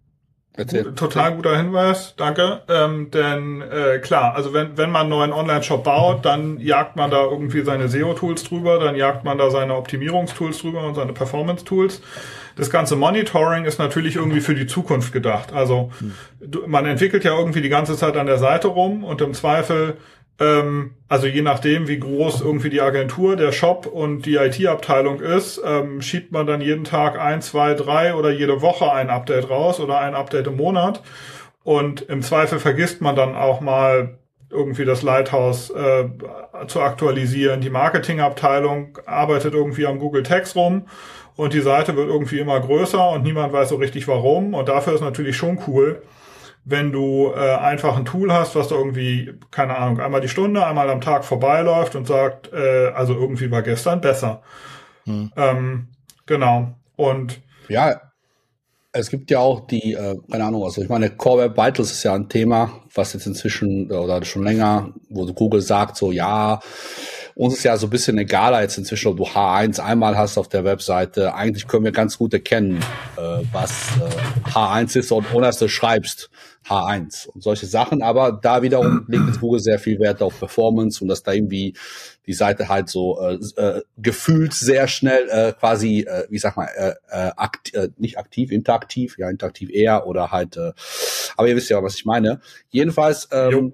gut, total guter Hinweis, danke. Ähm, denn äh, klar, also wenn wenn man einen neuen Online-Shop baut, dann jagt man da irgendwie seine S E O-Tools drüber, dann jagt man da seine Optimierungstools drüber und seine Performance-Tools. Das ganze Monitoring ist natürlich irgendwie für die Zukunft gedacht. Also hm. man entwickelt ja irgendwie die ganze Zeit an der Seite rum und im Zweifel Ähm, also je nachdem, wie groß irgendwie die Agentur, der Shop und die I T-Abteilung ist, ähm, schiebt man dann jeden Tag ein, zwei, drei oder jede Woche ein Update raus oder ein Update im Monat. Und im Zweifel vergisst man dann auch mal irgendwie das Lighthouse äh, zu aktualisieren. Die Marketingabteilung arbeitet irgendwie am Google Text rum und die Seite wird irgendwie immer größer und niemand weiß so richtig warum. Und dafür ist natürlich schon cool, wenn du äh, einfach ein Tool hast, was da irgendwie, keine Ahnung, einmal die Stunde, einmal am Tag vorbeiläuft und sagt, äh, also irgendwie war gestern besser. Hm. Ähm, genau. Und ja, es gibt ja auch die, äh, keine Ahnung, also ich meine, Core Web Vitals ist ja ein Thema, was jetzt inzwischen oder schon länger, wo Google sagt, so ja, uns ist ja so ein bisschen egaler jetzt inzwischen, ob du H eins einmal hast auf der Webseite. Eigentlich können wir ganz gut erkennen, äh, was äh, H eins ist und ohne dass du schreibst H eins und solche Sachen. Aber da wiederum legt jetzt Google sehr viel Wert auf Performance und dass da irgendwie die Seite halt so äh, äh, gefühlt sehr schnell äh, quasi, äh, wie sag mal, äh, äh, akt, äh, nicht aktiv, interaktiv, ja interaktiv eher oder halt, äh, aber ihr wisst ja, was ich meine. Jedenfalls, ähm,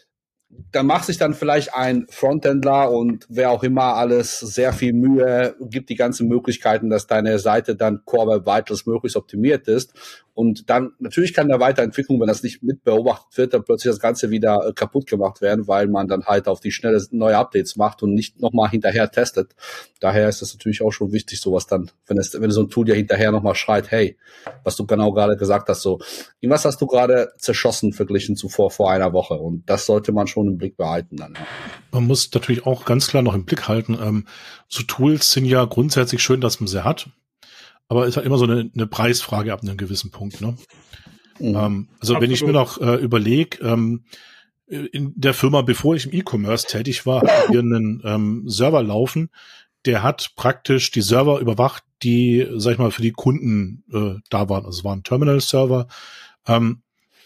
da macht sich dann vielleicht ein Frontendler und wer auch immer alles sehr viel Mühe, gibt die ganzen Möglichkeiten, dass deine Seite dann Core Web Vitals möglichst optimiert ist. Und dann, natürlich kann der Weiterentwicklung, wenn das nicht mit beobachtet wird, dann plötzlich das Ganze wieder äh, kaputt gemacht werden, weil man dann halt auf die schnelle neue Updates macht und nicht nochmal hinterher testet. Daher ist es natürlich auch schon wichtig, sowas dann, wenn es, wenn so ein Tool ja hinterher nochmal schreit, hey, was du genau gerade gesagt hast, so, was hast du gerade zerschossen verglichen zu vor, vor einer Woche? Und das sollte man schon im Blick behalten dann, ja. Man muss natürlich auch ganz klar noch im Blick halten, ähm, so Tools sind ja grundsätzlich schön, dass man sie hat. Aber ist halt immer so eine, eine Preisfrage ab einem gewissen Punkt, ne? Mhm. Ähm, also Absolut. Wenn ich mir noch äh, überlege, ähm, in der Firma, bevor ich im E-Commerce tätig war, hatten wir einen ähm, Server laufen, der hat praktisch die Server überwacht, die, sag ich mal, für die Kunden äh, da waren. Also es war ein Terminal-Server. Ähm,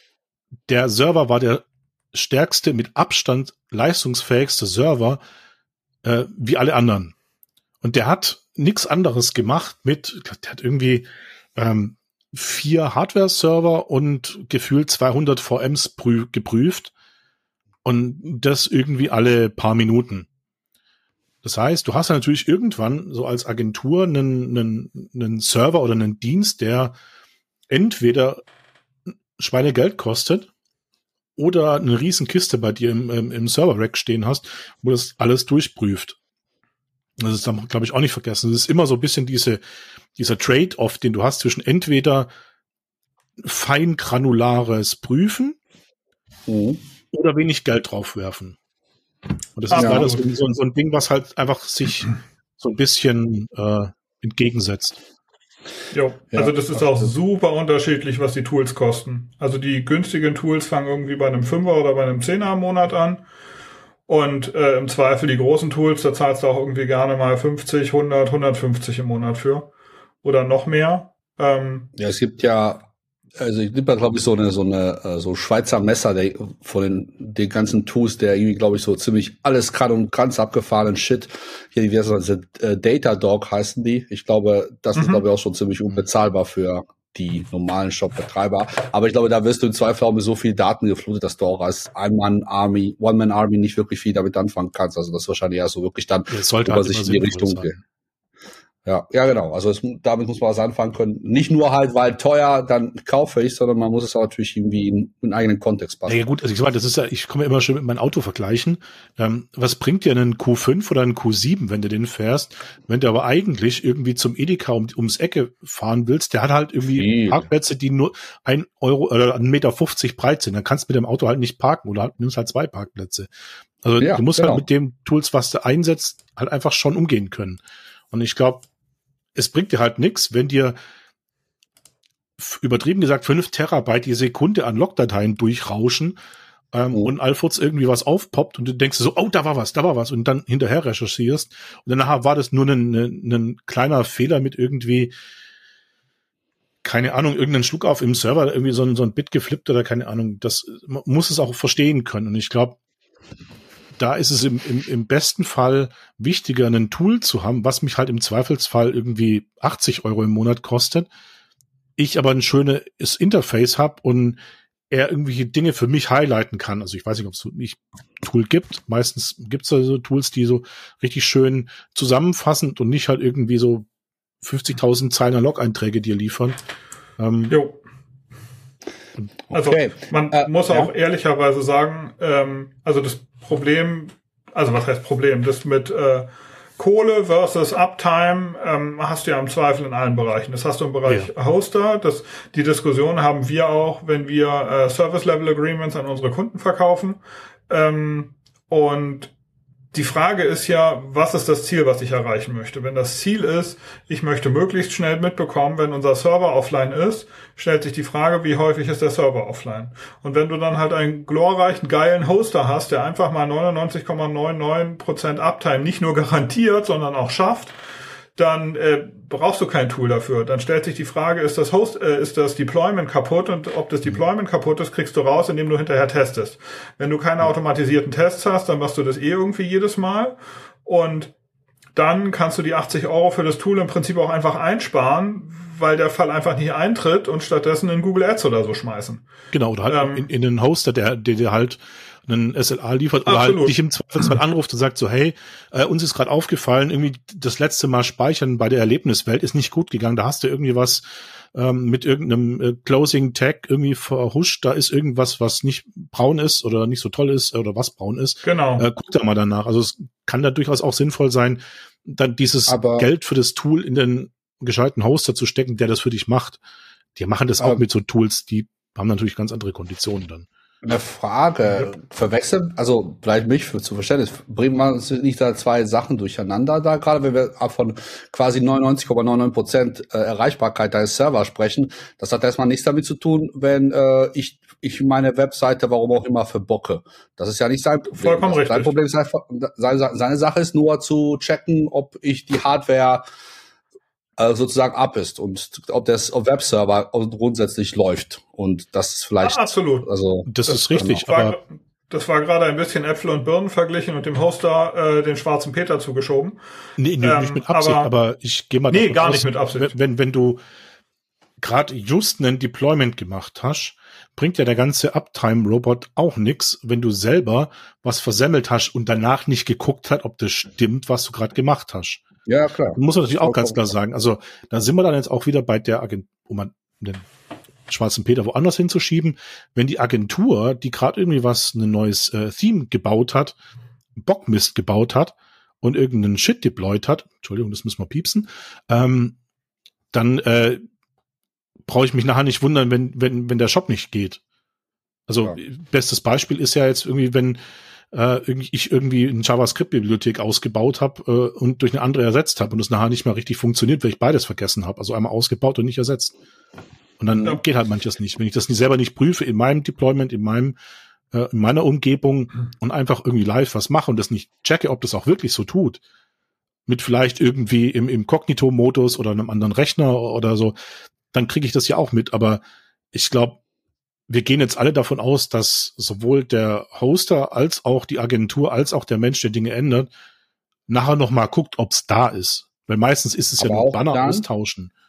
der Server war der stärkste, mit Abstand leistungsfähigste Server äh, wie alle anderen. Und der hat nichts anderes gemacht mit, der hat irgendwie ähm, vier Hardware-Server und gefühlt zweihundert V Ms prü- geprüft und das irgendwie alle paar Minuten. Das heißt, du hast ja natürlich irgendwann so als Agentur einen, einen, einen Server oder einen Dienst, der entweder Schweinegeld kostet oder eine riesen Kiste bei dir im, im, im Server-Rack stehen hast, wo das alles durchprüft. Das ist dann, glaube ich, auch nicht vergessen. Es ist immer so ein bisschen diese, dieser Trade-off, den du hast zwischen entweder fein granulares Prüfen mhm. oder wenig Geld draufwerfen. Und das ist ja leider so, so, so ein Ding, was halt einfach sich so ein bisschen äh, entgegensetzt. Jo, ja, also das ist auch super unterschiedlich, was die Tools kosten. Also die günstigen Tools fangen irgendwie bei einem Fünfer oder bei einem Zehner im Monat an. Und äh, im Zweifel die großen Tools, da zahlst du auch irgendwie gerne mal fünfzig, hundert, hundertfünfzig im Monat für. Oder noch mehr. Ähm, ja, es gibt ja, also ich nehme da glaube ich so eine so eine so Schweizer Messer der, von den den ganzen Tools, der irgendwie glaube ich so ziemlich alles kann und ganz abgefahrenen Shit. Hier die wie heißt das, äh, Datadog heißen die. Ich glaube, das mhm. ist glaube ich auch schon ziemlich unbezahlbar für die normalen Shop-Betreiber. Aber ich glaube, da wirst du im Zweifel auch mit so viel Daten geflutet, dass du auch als Ein-Mann-Army, One-Man-Army nicht wirklich viel damit anfangen kannst. Also das ist wahrscheinlich eher so wirklich dann über halt sich in die Richtung gehen. Ja, ja, genau. Also es, damit muss man was anfangen können. Nicht nur halt, weil teuer, dann kaufe ich, sondern man muss es auch natürlich irgendwie in einen eigenen Kontext passen. Ja, gut, also ich sag mal, das ist ja, ich komme ja immer schön mit meinem Auto vergleichen. Ähm, was bringt dir einen Q fünf oder einen Q sieben, wenn du den fährst, wenn du aber eigentlich irgendwie zum Edeka um, ums Ecke fahren willst, der hat halt irgendwie Viel. Parkplätze, die nur ein Euro oder ein Meter fünfzig breit sind. Dann kannst du mit dem Auto halt nicht parken oder halt, nimmst halt zwei Parkplätze. Also ja, du musst genau. halt mit dem Tools, was du einsetzt, halt einfach schon umgehen können. Und ich glaube, es bringt dir halt nichts, wenn dir übertrieben gesagt fünf Terabyte die Sekunde an Logdateien durchrauschen ähm, oh. und allfurz irgendwie was aufpoppt und du denkst so, oh, da war was, da war was und dann hinterher recherchierst und dann nachher war das nur ein, ein, ein kleiner Fehler mit irgendwie, keine Ahnung, irgendein Schluck auf im Server, irgendwie so ein, so ein Bit geflippt oder keine Ahnung. Das man muss es auch verstehen können und ich glaube, da ist es im, im, im besten Fall wichtiger, ein Tool zu haben, was mich halt im Zweifelsfall irgendwie achtzig Euro im Monat kostet. Ich aber ein schönes Interface habe und er irgendwelche Dinge für mich highlighten kann. Also ich weiß nicht, ob es so ein Tool gibt. Meistens gibt es da so Tools, die so richtig schön zusammenfassend und nicht halt irgendwie so fünfzigtausend Zeilen Log-Einträge dir liefern. Ähm, jo. Also okay. man äh, muss auch ja. ehrlicherweise sagen, ähm, also das Problem, also was heißt Problem, das mit äh, Kohle versus Uptime ähm, hast du ja im Zweifel in allen Bereichen. Das hast du im Bereich ja. Hoster. Das, die Diskussion haben wir auch, wenn wir äh, Service-Level-Agreements an unsere Kunden verkaufen. Ähm, und die Frage ist ja, was ist das Ziel, was ich erreichen möchte? Wenn das Ziel ist, ich möchte möglichst schnell mitbekommen, wenn unser Server offline ist, stellt sich die Frage, wie häufig ist der Server offline? Und wenn du dann halt einen glorreichen, geilen Hoster hast, der einfach mal neunundneunzig Komma neunundneunzig Prozent Uptime nicht nur garantiert, sondern auch schafft, dann äh, brauchst du kein Tool dafür. Dann stellt sich die Frage, ist das Host, äh, ist das Deployment kaputt? Und ob das Deployment kaputt ist, kriegst du raus, indem du hinterher testest. Wenn du keine automatisierten Tests hast, dann machst du das eh irgendwie jedes Mal. Und dann kannst du die achtzig Euro für das Tool im Prinzip auch einfach einsparen, weil der Fall einfach nicht eintritt und stattdessen in Google Ads oder so schmeißen. Genau, oder halt ähm, in, in einen Hoster, der, der dir halt einen S L A liefert oder absolut. Halt dich im Zweifelsfall anruft und sagt so, hey, äh, uns ist gerade aufgefallen, irgendwie das letzte Mal speichern bei der Erlebniswelt ist nicht gut gegangen, da hast du irgendwie was ähm, mit irgendeinem äh, Closing Tag irgendwie verhuscht, da ist irgendwas, was nicht braun ist oder nicht so toll ist oder was braun ist. Genau. Äh, guck da mal danach. Also es kann da durchaus auch sinnvoll sein, dann dieses aber Geld für das Tool in den gescheiten Hoster zu stecken, der das für dich macht. Die machen das auch mit so Tools, die haben natürlich ganz andere Konditionen dann. Eine Frage, verwechseln, also vielleicht mich für zu Verständnis, bringen wir uns nicht da zwei Sachen durcheinander da, gerade wenn wir von quasi neunundneunzig Komma neunundneunzig Prozent äh, Erreichbarkeit deines Servers sprechen. Das hat erstmal nichts damit zu tun, wenn äh, ich ich meine Webseite, warum auch immer, verbocke. Das ist ja nicht sein Problem. Vollkommen richtig. Sein Problem ist einfach, seine, seine Sache ist nur zu checken, ob ich die Hardware sozusagen ab ist und ob das auf Webserver grundsätzlich läuft und das ist vielleicht ja, absolut. Also das, das ist richtig, das war, aber das war gerade ein bisschen Äpfel und Birnen verglichen und dem Hoster äh, den schwarzen Peter zugeschoben. Nee, nee ähm, nicht mit Absicht, aber, aber ich gehe mal nee, gar nicht mit Absicht. Wenn wenn du gerade just einen Deployment gemacht hast, bringt ja der ganze Uptime-Robot auch nix, wenn du selber was versemmelt hast und danach nicht geguckt hast, ob das stimmt, was du gerade gemacht hast. Ja, klar. Muss man natürlich auch ganz klar sagen. Also da sind wir dann jetzt auch wieder bei der Agentur, um den schwarzen Peter woanders hinzuschieben. Wenn die Agentur, die gerade irgendwie was, ein neues äh, Theme gebaut hat, Bockmist gebaut hat und irgendeinen Shit deployed hat, Entschuldigung, das müssen wir piepsen, ähm, dann äh, brauche ich mich nachher nicht wundern, wenn wenn wenn der Shop nicht geht. Also ja. Bestes Beispiel ist ja jetzt irgendwie, wenn äh, ich irgendwie eine JavaScript-Bibliothek ausgebaut habe äh, und durch eine andere ersetzt habe und es nachher nicht mehr richtig funktioniert, weil ich beides vergessen habe. Also einmal ausgebaut und nicht ersetzt. Und dann ja. geht halt manches nicht. Wenn ich das nicht selber nicht prüfe in meinem Deployment, in meinem äh, in meiner Umgebung mhm. und einfach irgendwie live was mache und das nicht checke, ob das auch wirklich so tut, mit vielleicht irgendwie im, im Kognito-Modus oder einem anderen Rechner oder so, dann kriege ich das ja auch mit. Aber ich glaube, wir gehen jetzt alle davon aus, dass sowohl der Hoster als auch die Agentur als auch der Mensch, der Dinge ändert, nachher noch mal guckt, ob es da ist. Weil meistens ist es aber ja nur Banner dann austauschen.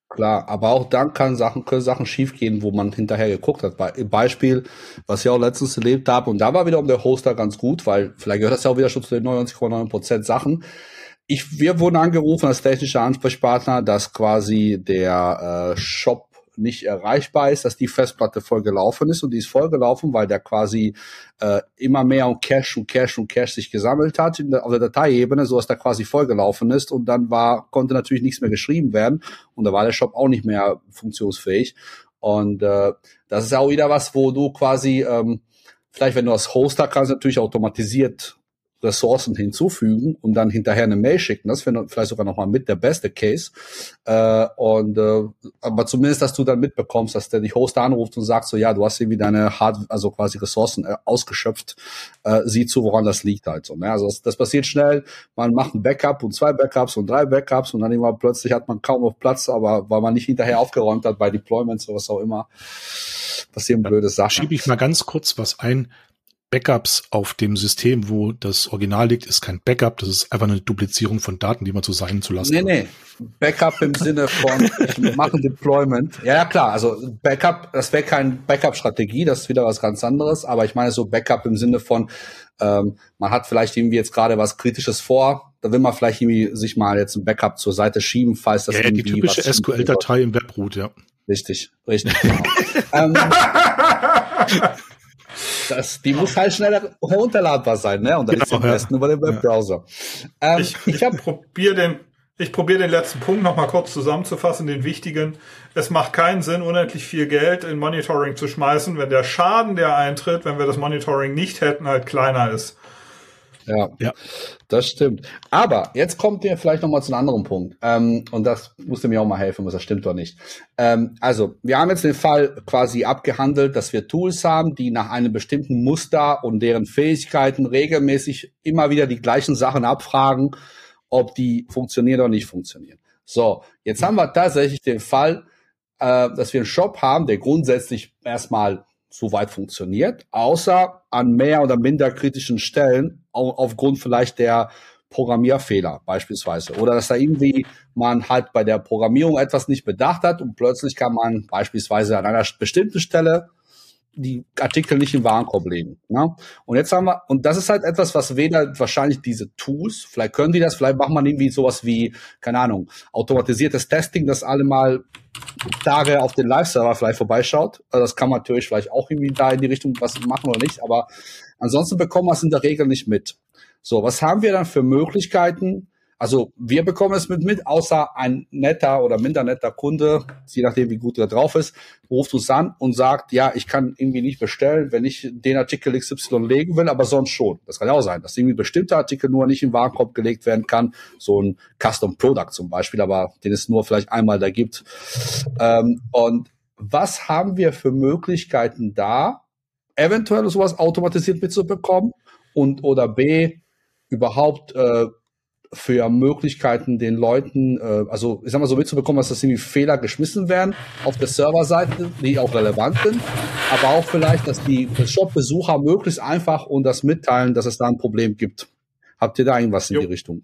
Klar, aber auch dann kann Sachen, können Sachen schiefgehen, wo man hinterher geguckt hat. Be Beispiel, was ich auch letztens erlebt habe, und da war wiederum der Hoster ganz gut, weil vielleicht gehört das ja auch wieder schon zu den neunundneunzig Komma neun Prozent Sachen. Ich, wir wurden angerufen als technischer Ansprechpartner, dass quasi der äh, Shop nicht erreichbar ist, dass die Festplatte voll gelaufen ist, und die ist voll gelaufen, weil der quasi äh, immer mehr um Cache und Cache und Cache sich gesammelt hat in der, auf der Dateiebene, so dass der quasi voll gelaufen ist, und dann war konnte natürlich nichts mehr geschrieben werden, und da war der Shop auch nicht mehr funktionsfähig. Und äh, das ist auch wieder was, wo du quasi ähm, vielleicht, wenn du als Hoster kannst, natürlich automatisiert Ressourcen hinzufügen und dann hinterher eine Mail schicken. Das wäre vielleicht sogar nochmal mit der beste Case. Äh, und äh, aber zumindest, dass du dann mitbekommst, dass der dich Hoster anruft und sagt so, ja, du hast irgendwie deine Hard, also quasi Ressourcen äh, ausgeschöpft. Äh, sieh zu, woran das liegt halt so. Ne? Also das, das passiert schnell. Man macht ein Backup und zwei Backups und drei Backups, und dann immer plötzlich hat man kaum noch Platz, aber weil man nicht hinterher aufgeräumt hat bei Deployments oder was auch immer, passieren blöde Sachen. Schiebe ich mal ganz kurz was ein. Backups auf dem System, wo das Original liegt, ist kein Backup, das ist einfach eine Duplizierung von Daten, die man zu sein zu lassen. Nee, nee. Backup im Sinne von, ich mache ein Deployment. Ja, ja, klar, also Backup, das wäre kein Backup-Strategie, das ist wieder was ganz anderes, aber ich meine so Backup im Sinne von, ähm, man hat vielleicht irgendwie jetzt gerade was Kritisches vor, da will man vielleicht irgendwie sich mal jetzt ein Backup zur Seite schieben, falls das ja, irgendwie die typische S Q L-Datei im Webroot, ja. Richtig, richtig, genau. ähm, Das, die muss halt schneller runterladbar sein, ne? Und dann genau, ist am ja. besten über den Webbrowser. Ja. Ähm, ich ich, ich probiere den, ich probiere den letzten Punkt noch mal kurz zusammenzufassen, den wichtigen. Es macht keinen Sinn, unendlich viel Geld in Monitoring zu schmeißen, wenn der Schaden, der eintritt, wenn wir das Monitoring nicht hätten, halt kleiner ist. Ja, ja, das stimmt. Aber jetzt kommt ihr vielleicht noch mal zu einem anderen Punkt. Ähm, und das musste mir auch mal helfen, was das stimmt oder nicht. Ähm, also, wir haben jetzt den Fall quasi abgehandelt, dass wir Tools haben, die nach einem bestimmten Muster und deren Fähigkeiten regelmäßig immer wieder die gleichen Sachen abfragen, ob die funktionieren oder nicht funktionieren. So, jetzt haben wir tatsächlich den Fall, äh, dass wir einen Shop haben, der grundsätzlich erstmal soweit funktioniert, außer an mehr oder minder kritischen Stellen, aufgrund vielleicht der Programmierfehler beispielsweise. Oder dass da irgendwie man halt bei der Programmierung etwas nicht bedacht hat und plötzlich kann man beispielsweise an einer bestimmten Stelle die Artikel nicht im Warenkorb legen. Ne? Und jetzt haben wir, und das ist halt etwas, was weder wahrscheinlich diese Tools, vielleicht können die das, vielleicht macht man irgendwie sowas wie, keine Ahnung, automatisiertes Testing, das alle mal Tage auf den Live-Server vielleicht vorbeischaut. Also das kann man natürlich vielleicht auch irgendwie da in die Richtung was machen oder nicht, aber ansonsten bekommen wir es in der Regel nicht mit. So, was haben wir dann für Möglichkeiten? Also wir bekommen es mit mit, außer ein netter oder minder netter Kunde, je nachdem wie gut er drauf ist, ruft uns an und sagt, ja, ich kann irgendwie nicht bestellen, wenn ich den Artikel X Y legen will, aber sonst schon. Das kann ja auch sein, dass irgendwie bestimmte Artikel nur nicht im Warenkorb gelegt werden kann, so ein Custom Product zum Beispiel, aber den es nur vielleicht einmal da gibt. Ähm, und was haben wir für Möglichkeiten da, eventuell sowas automatisiert mitzubekommen und oder B, überhaupt äh, für Möglichkeiten den Leuten, äh, also ich sag mal so mitzubekommen, dass das irgendwie Fehler geschmissen werden auf der Serverseite, die auch relevant sind, aber auch vielleicht, dass die Shop-Besucher möglichst einfach und das mitteilen, dass es da ein Problem gibt. Habt ihr da irgendwas in jo. die Richtung?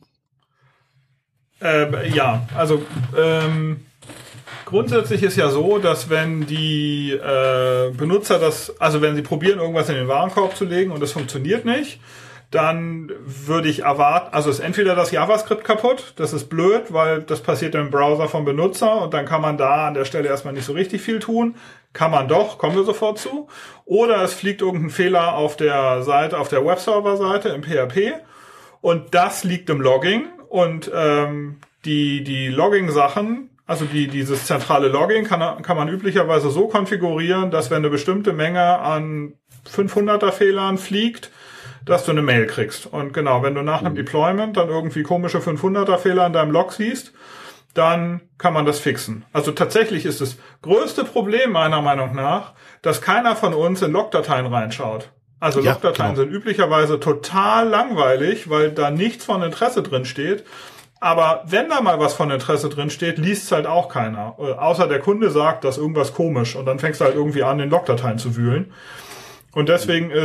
Ähm, ja, also ähm, grundsätzlich ist ja so, dass wenn die äh, Benutzer das, also wenn sie probieren, irgendwas in den Warenkorb zu legen und das funktioniert nicht, dann würde ich erwarten, also ist entweder das JavaScript kaputt, das ist blöd, weil das passiert im Browser vom Benutzer und dann kann man da an der Stelle erstmal nicht so richtig viel tun. Kann man doch, kommen wir sofort zu. Oder es fliegt irgendein Fehler auf der Seite, auf der Webserver-Seite im P H P und das liegt im Logging und ähm, die die Logging-Sachen, also die dieses zentrale Logging kann, kann man üblicherweise so konfigurieren, dass wenn eine bestimmte Menge an fünfhunderter Fehlern fliegt, dass du eine Mail kriegst. Und genau, wenn du nach einem Deployment dann irgendwie komische fünfhunderter Fehler in deinem Log siehst, dann kann man das fixen. Also tatsächlich ist das größte Problem meiner Meinung nach, dass keiner von uns in Logdateien reinschaut. Also ja, Logdateien genau. sind üblicherweise total langweilig, weil da nichts von Interesse drin steht. Aber wenn da mal was von Interesse drin steht, liest es halt auch keiner. Außer der Kunde sagt, das ist irgendwas komisch. Und dann fängst du halt irgendwie an, in Logdateien zu wühlen. Und deswegen ist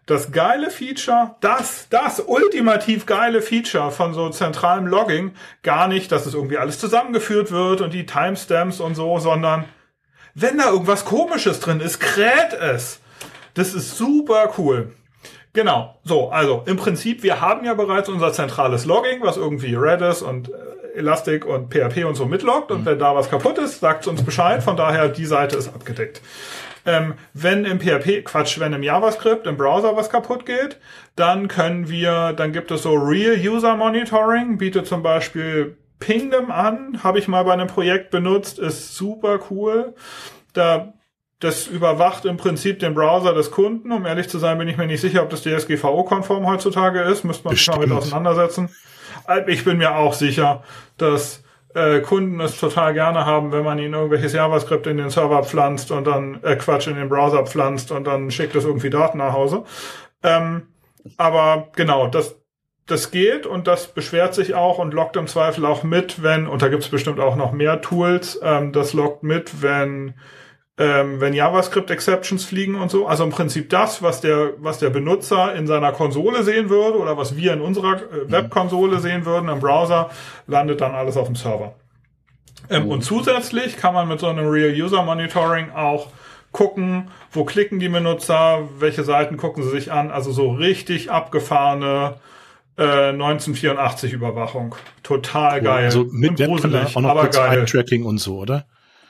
das geile Feature, das, das ultimativ geile Feature von so zentralem Logging, gar nicht, dass es irgendwie alles zusammengeführt wird und die Timestamps und so, sondern wenn da irgendwas Komisches drin ist, kräht es. Das ist super cool. Genau, so, also im Prinzip, wir haben ja bereits unser zentrales Logging, was irgendwie Redis und Elastic und P H P und so mitloggt und mhm. wenn da was kaputt ist, sagt es uns Bescheid, von daher die Seite ist abgedeckt. Ähm, wenn im P H P, Quatsch, wenn im JavaScript, im Browser was kaputt geht, dann können wir, dann gibt es so Real User Monitoring, bietet zum Beispiel Pingdom an, habe ich mal bei einem Projekt benutzt, ist super cool. Da, das überwacht im Prinzip den Browser des Kunden. Um ehrlich zu sein, bin ich mir nicht sicher, ob das D S G V O-konform heutzutage ist. Müsste man sich mal mit auseinandersetzen. Ich bin mir auch sicher, dass äh, Kunden es total gerne haben, wenn man ihnen irgendwelches JavaScript in den Server pflanzt und dann, äh, Quatsch, in den Browser pflanzt und dann schickt es irgendwie Daten nach Hause. Ähm, aber genau, das das geht und das beschwert sich auch und loggt im Zweifel auch mit, wenn, und da gibt es bestimmt auch noch mehr Tools, ähm, das loggt mit, wenn ähm, wenn JavaScript-Exceptions fliegen und so. Also im Prinzip das, was der was der Benutzer in seiner Konsole sehen würde oder was wir in unserer äh, Webkonsole sehen würden im Browser, landet dann alles auf dem Server. Ähm, mhm. Und zusätzlich kann man mit so einem Real-User-Monitoring auch gucken, wo klicken die Benutzer, welche Seiten gucken sie sich an, also so richtig abgefahrene äh, neunzehnhundertvierundachtzig Überwachung. Total geil. Also mit gruselig, auch noch aber geil. Eye-Tracking und so, oder?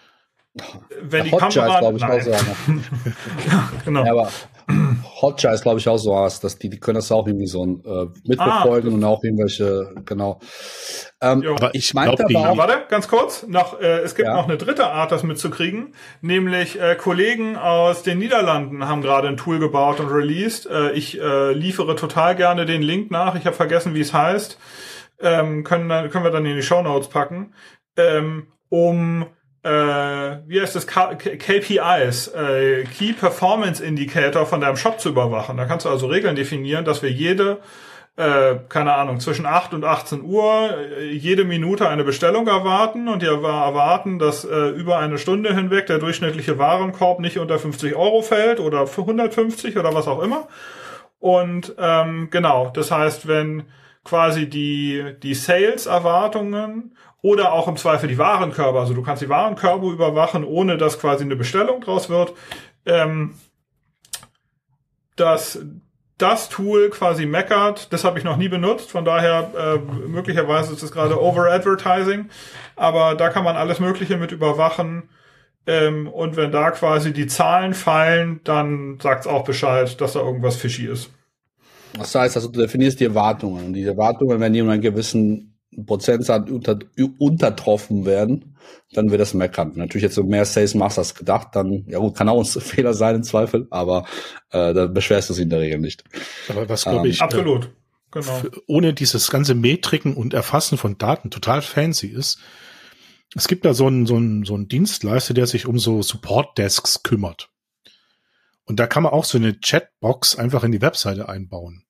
Wenn die Kamera, glaube ich, auch so. Ja, genau. Ja, aber Hotjar ist, glaube ich, auch so was, dass die, die können das auch irgendwie so äh, mitverfolgen ah, und auch irgendwelche, genau. Ähm, aber ich meinte aber auch, warte, ganz kurz, noch, äh, es gibt ja. noch eine dritte Art, das mitzukriegen, nämlich äh, Kollegen aus den Niederlanden haben gerade ein Tool gebaut und released. Äh, ich äh, liefere total gerne den Link nach, ich habe vergessen, wie es heißt, ähm, können, können wir dann in die Shownotes packen, ähm, um Äh, wie heißt das, K P Is, äh, Key Performance Indicator von deinem Shop zu überwachen. Da kannst du also Regeln definieren, dass wir jede, äh, keine Ahnung, zwischen acht und achtzehn Uhr äh, jede Minute eine Bestellung erwarten und wir erwarten, dass äh, über eine Stunde hinweg der durchschnittliche Warenkorb nicht unter fünfzig Euro fällt oder für hundertfünfzig oder was auch immer. Und ähm, genau, das heißt, wenn quasi die die Sales-Erwartungen oder auch im Zweifel die Warenkörbe. Also du kannst die Warenkörbe überwachen, ohne dass quasi eine Bestellung draus wird. Ähm, dass das Tool quasi meckert, das habe ich noch nie benutzt. Von daher äh, möglicherweise ist es gerade Over-Advertising. Aber da kann man alles Mögliche mit überwachen. Ähm, und wenn da quasi die Zahlen fallen, dann sagt es auch Bescheid, dass da irgendwas fishy ist. Das heißt, also du definierst die Erwartungen. Und diese Erwartungen, wenn die um einen gewissen Prozentsatz unter, untertroffen werden, dann wird das meckern. Natürlich jetzt so mehr Sales machst als gedacht, dann, ja gut, kann auch ein Fehler sein im Zweifel, aber äh, da beschwerst du es in der Regel nicht. Aber was glaube ich, ähm, absolut, äh, genau. ohne dieses ganze Metriken und Erfassen von Daten total fancy ist, es gibt da so einen, so einen, so einen Dienstleister, der sich um so Support-Desks kümmert. Und da kann man auch so eine Chatbox einfach in die Webseite einbauen.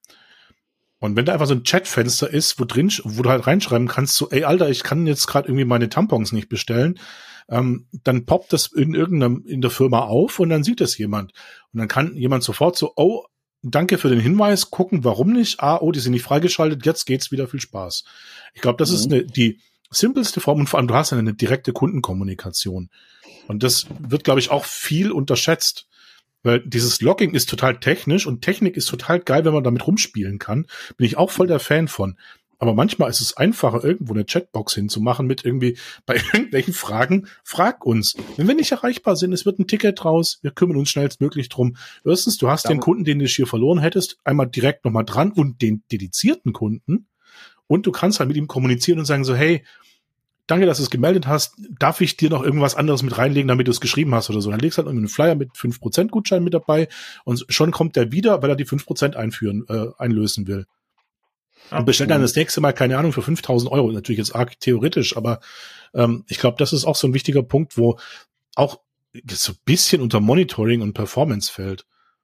Und wenn da einfach so ein Chatfenster ist, wo drin, wo du halt reinschreiben kannst, so, ey, Alter, ich kann jetzt gerade irgendwie meine Tampons nicht bestellen, ähm, dann poppt das in irgendeinem, in der Firma auf und dann sieht das jemand. Und dann kann jemand sofort so, oh, danke für den Hinweis, gucken, warum nicht? Ah, oh, die sind nicht freigeschaltet, jetzt geht's wieder, viel Spaß. Ich glaube, das mhm. ist eine, die simpelste Form und vor allem, du hast eine direkte Kundenkommunikation. Und das wird, glaube ich, auch viel unterschätzt. Weil dieses Logging ist total technisch und Technik ist total geil, wenn man damit rumspielen kann. Bin ich auch voll der Fan von. Aber manchmal ist es einfacher, irgendwo eine Chatbox hinzumachen mit irgendwie bei irgendwelchen Fragen. Frag uns. Wenn wir nicht erreichbar sind, es wird ein Ticket raus. Wir kümmern uns schnellstmöglich drum. Erstens, du hast ja den Kunden, den du hier verloren hättest, einmal direkt nochmal dran und den dedizierten Kunden. Und du kannst halt mit ihm kommunizieren und sagen so, hey, danke, dass du es gemeldet hast. Darf ich dir noch irgendwas anderes mit reinlegen, damit du es geschrieben hast oder so? Dann legst du halt einen Flyer mit fünf Prozent Gutschein mit dabei und schon kommt der wieder, weil er die fünf Prozent einführen, äh, einlösen will. Und bestellt dann das nächste Mal, keine Ahnung, für fünftausend Euro. Natürlich jetzt arg theoretisch, aber ähm, ich glaube, das ist auch so ein wichtiger Punkt, wo auch so ein bisschen unter Monitoring und Performance fällt.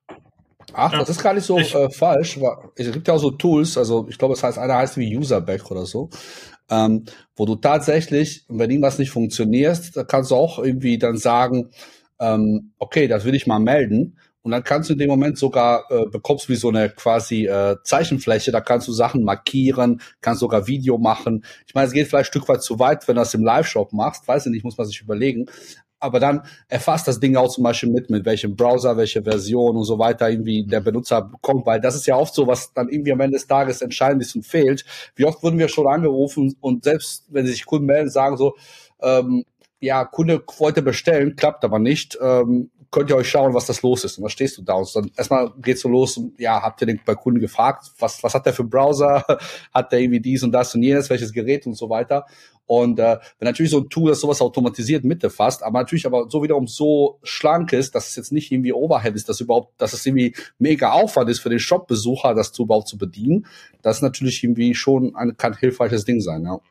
Ach, das ist gar nicht so äh, falsch. Es gibt ja auch so Tools, also ich glaube, es heißt, einer heißt wie Userback oder so. Ähm, wo du tatsächlich, wenn irgendwas nicht funktioniert, da kannst du auch irgendwie dann sagen, ähm, okay, das will ich mal melden Und dann kannst du in dem Moment sogar, äh, bekommst wie so eine quasi äh, Zeichenfläche, da kannst du Sachen markieren, kannst sogar Video machen. Ich meine, es geht vielleicht ein Stück weit zu weit, wenn du das im Live-Shop machst, weiß ich nicht, muss man sich überlegen. Aber dann erfasst das Ding auch zum Beispiel mit, mit welchem Browser, welche Version und so weiter irgendwie der Benutzer bekommt, weil das ist ja oft so, was dann irgendwie am Ende des Tages entscheidend ist und fehlt. Wie oft wurden wir schon angerufen und selbst wenn sich Kunden melden, sagen so, ähm, ja, Kunde wollte bestellen, klappt aber nicht, ähm, könnt ihr euch schauen, was das los ist. Und dann stehst du da und dann erstmal geht's so los, und, ja, habt ihr den bei Kunden gefragt, was was hat der für einen Browser, hat der irgendwie dies und das und jenes, welches Gerät und so weiter. Und äh, wenn natürlich so ein Tool, das sowas automatisiert mitfasst, aber natürlich aber so wiederum so schlank ist, dass es jetzt nicht irgendwie Overhead ist, dass überhaupt, dass es irgendwie mega Aufwand ist für den Shop-Besucher, das zu überhaupt zu bedienen, das ist natürlich irgendwie schon ein, kann hilfreiches Ding sein, ja.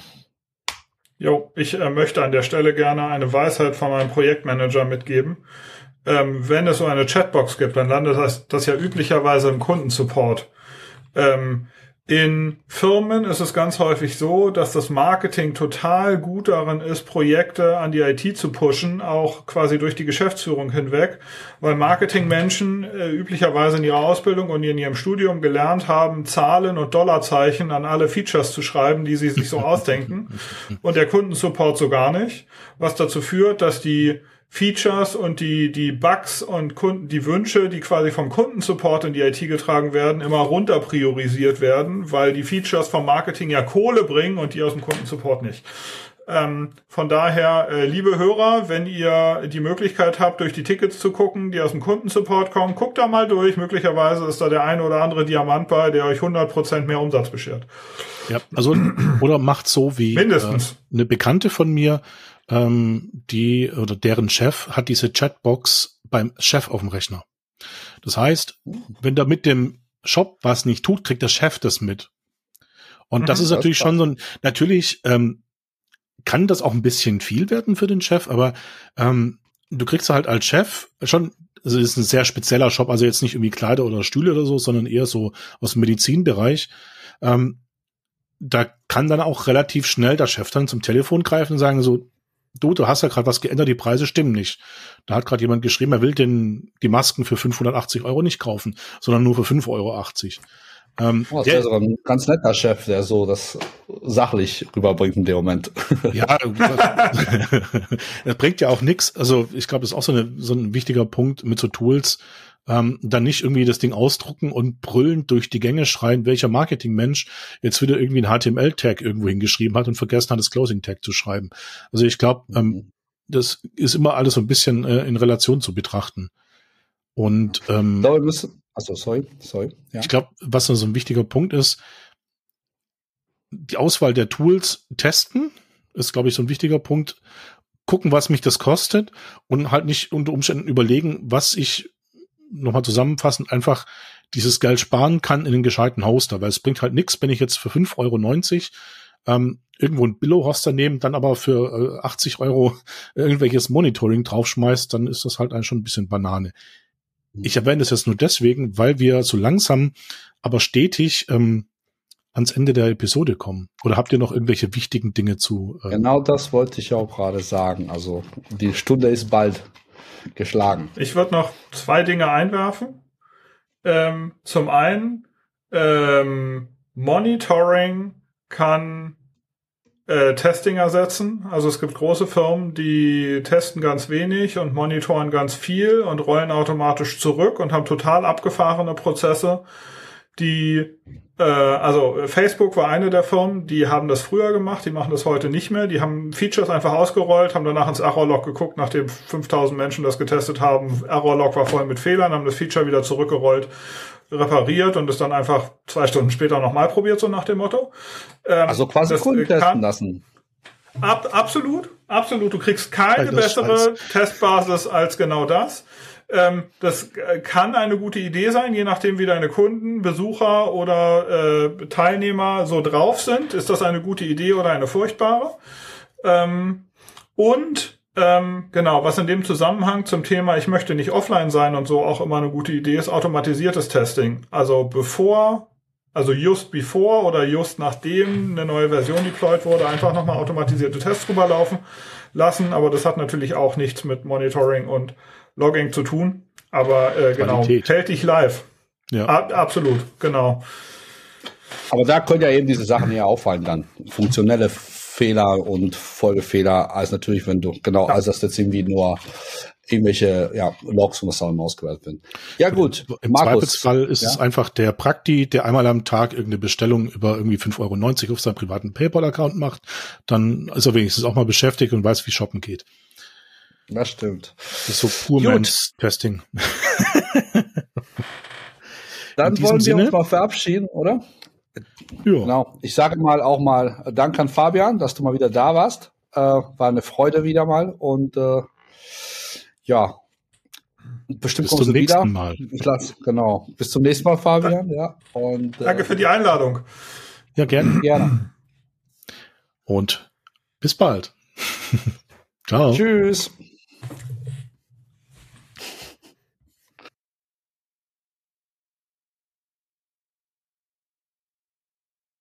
Jo, ich äh, möchte an der Stelle gerne eine Weisheit von meinem Projektmanager mitgeben. Ähm, wenn es so eine Chatbox gibt, dann landet das, das ja üblicherweise im Kundensupport. Ähm, in Firmen ist es ganz häufig so, dass das Marketing total gut darin ist, Projekte an die I T zu pushen, auch quasi durch die Geschäftsführung hinweg, weil Marketingmenschen äh, üblicherweise in ihrer Ausbildung und in ihrem Studium gelernt haben, Zahlen und Dollarzeichen an alle Features zu schreiben, die sie sich so ausdenken, und der Kundensupport so gar nicht, was dazu führt, dass die Features und die die Bugs und Kunden, die Wünsche, die quasi vom Kundensupport in die I T getragen werden, immer runter priorisiert werden, weil die Features vom Marketing ja Kohle bringen und die aus dem Kundensupport nicht. Ähm, von daher, äh, liebe Hörer, wenn ihr die Möglichkeit habt, durch die Tickets zu gucken, die aus dem Kundensupport kommen, guckt da mal durch. Möglicherweise ist da der eine oder andere Diamant bei, der euch hundert Prozent mehr Umsatz beschert. Ja, also, oder macht so wie mindestens äh, eine Bekannte von mir, ähm, die oder deren Chef hat diese Chatbox beim Chef auf dem Rechner. Das heißt, wenn da mit dem Shop was nicht tut, kriegt der Chef das mit. Und das mhm, ist das natürlich schon so ein, natürlich ähm, kann das auch ein bisschen viel werden für den Chef, aber ähm, du kriegst halt als Chef schon, also es ist ein sehr spezieller Shop, also jetzt nicht irgendwie Kleider oder Stühle oder so, sondern eher so aus dem Medizinbereich. Ähm, da kann dann auch relativ schnell der Chef dann zum Telefon greifen und sagen so, du, du hast ja gerade was geändert, die Preise stimmen nicht. Da hat gerade jemand geschrieben, er will den die Masken für fünfhundertachtzig Euro nicht kaufen, sondern nur für fünf Euro achtzig. Ähm, oh, das wäre sogar ein ganz netter Chef, der so das sachlich rüberbringt in dem Moment. Ja, das bringt ja auch nichts. Also ich glaube, das ist auch so, eine, so ein wichtiger Punkt mit so Tools. Ähm, dann nicht irgendwie das Ding ausdrucken und brüllend durch die Gänge schreien, welcher Marketingmensch jetzt wieder irgendwie ein H T M L-Tag irgendwo hingeschrieben hat und vergessen hat, das Closing-Tag zu schreiben. Also ich glaube, ähm, mhm. das ist immer alles so ein bisschen äh, in Relation zu betrachten. Und ähm, so, wir müssen, achso, sorry, sorry. Ja. Ich glaube, was so ein wichtiger Punkt ist, die Auswahl der Tools testen, ist, glaube ich, so ein wichtiger Punkt. Gucken, was mich das kostet und halt nicht unter Umständen überlegen, was ich nochmal zusammenfassend einfach dieses Geld sparen kann in den gescheiten Hoster, weil es bringt halt nichts, wenn ich jetzt für fünf Euro neunzig ähm, irgendwo einen Billo-Hoster nehme, dann aber für äh, achtzig Euro irgendwelches Monitoring draufschmeißt, dann ist das halt eigentlich schon ein bisschen Banane. Ich erwähne das jetzt nur deswegen, weil wir so langsam, aber stetig ähm, ans Ende der Episode kommen. Oder habt ihr noch irgendwelche wichtigen Dinge zu? Äh genau das wollte ich auch gerade sagen. Also die Stunde ist bald geschlagen. Ich würde noch zwei Dinge einwerfen. Ähm, zum einen, ähm, Monitoring kann äh, Testing ersetzen. Also es gibt große Firmen, die testen ganz wenig und monitoren ganz viel und rollen automatisch zurück und haben total abgefahrene Prozesse, die äh, also Facebook war eine der Firmen, die haben das früher gemacht, die machen das heute nicht mehr. Die haben Features einfach ausgerollt, haben danach ins Error-Log geguckt, nachdem fünftausend Menschen das getestet haben. Error-Log war voll mit Fehlern, haben das Feature wieder zurückgerollt, repariert und es dann einfach zwei Stunden später nochmal probiert, so nach dem Motto. Ähm, also quasi Kunden testen lassen. Ab, absolut, absolut. Du kriegst keine bessere Testbasis als genau das. Ähm, das kann eine gute Idee sein, je nachdem wie deine Kunden, Besucher oder äh, Teilnehmer so drauf sind. Ist das eine gute Idee oder eine furchtbare? Ähm, und ähm, genau, was in dem Zusammenhang zum Thema ich möchte nicht offline sein und so auch immer eine gute Idee ist, automatisiertes Testing. Also bevor, also just before oder just nachdem eine neue Version deployed wurde, einfach nochmal automatisierte Tests rüberlaufen lassen. Aber das hat natürlich auch nichts mit Monitoring und Logging zu tun. Aber äh, genau, Qualität. hält dich live. Ja. A absolut, genau. Aber da können ja eben diese Sachen eher auffallen dann. Funktionelle Fehler und Folgefehler, als natürlich, wenn du, genau, als das jetzt irgendwie nur irgendwelche, ja, Logs und was auch immer ausgewertet werden. Ja, gut. Im Markus, Zweifelsfall ist ja? es einfach der Prakti, der einmal am Tag irgendeine Bestellung über irgendwie fünf Euro neunzig auf seinem privaten PayPal-Account macht. Dann ist er wenigstens auch mal beschäftigt und weiß, wie shoppen geht. Das stimmt. Das ist so Poor-Man's-Testing. Dann wollen wir Sinne? uns mal verabschieden, oder? Ja. Genau. Ich sage mal auch mal Dank an Fabian, dass du mal wieder da warst. Äh, war eine Freude wieder mal und äh, ja, bestimmt Bis kommst zum du nächsten wieder. Mal. Ich lass, genau. Bis zum nächsten Mal, Fabian. Ja. Und, äh, Danke für die Einladung. Ja, gerne. gerne. Und bis bald. Ciao. Tschüss.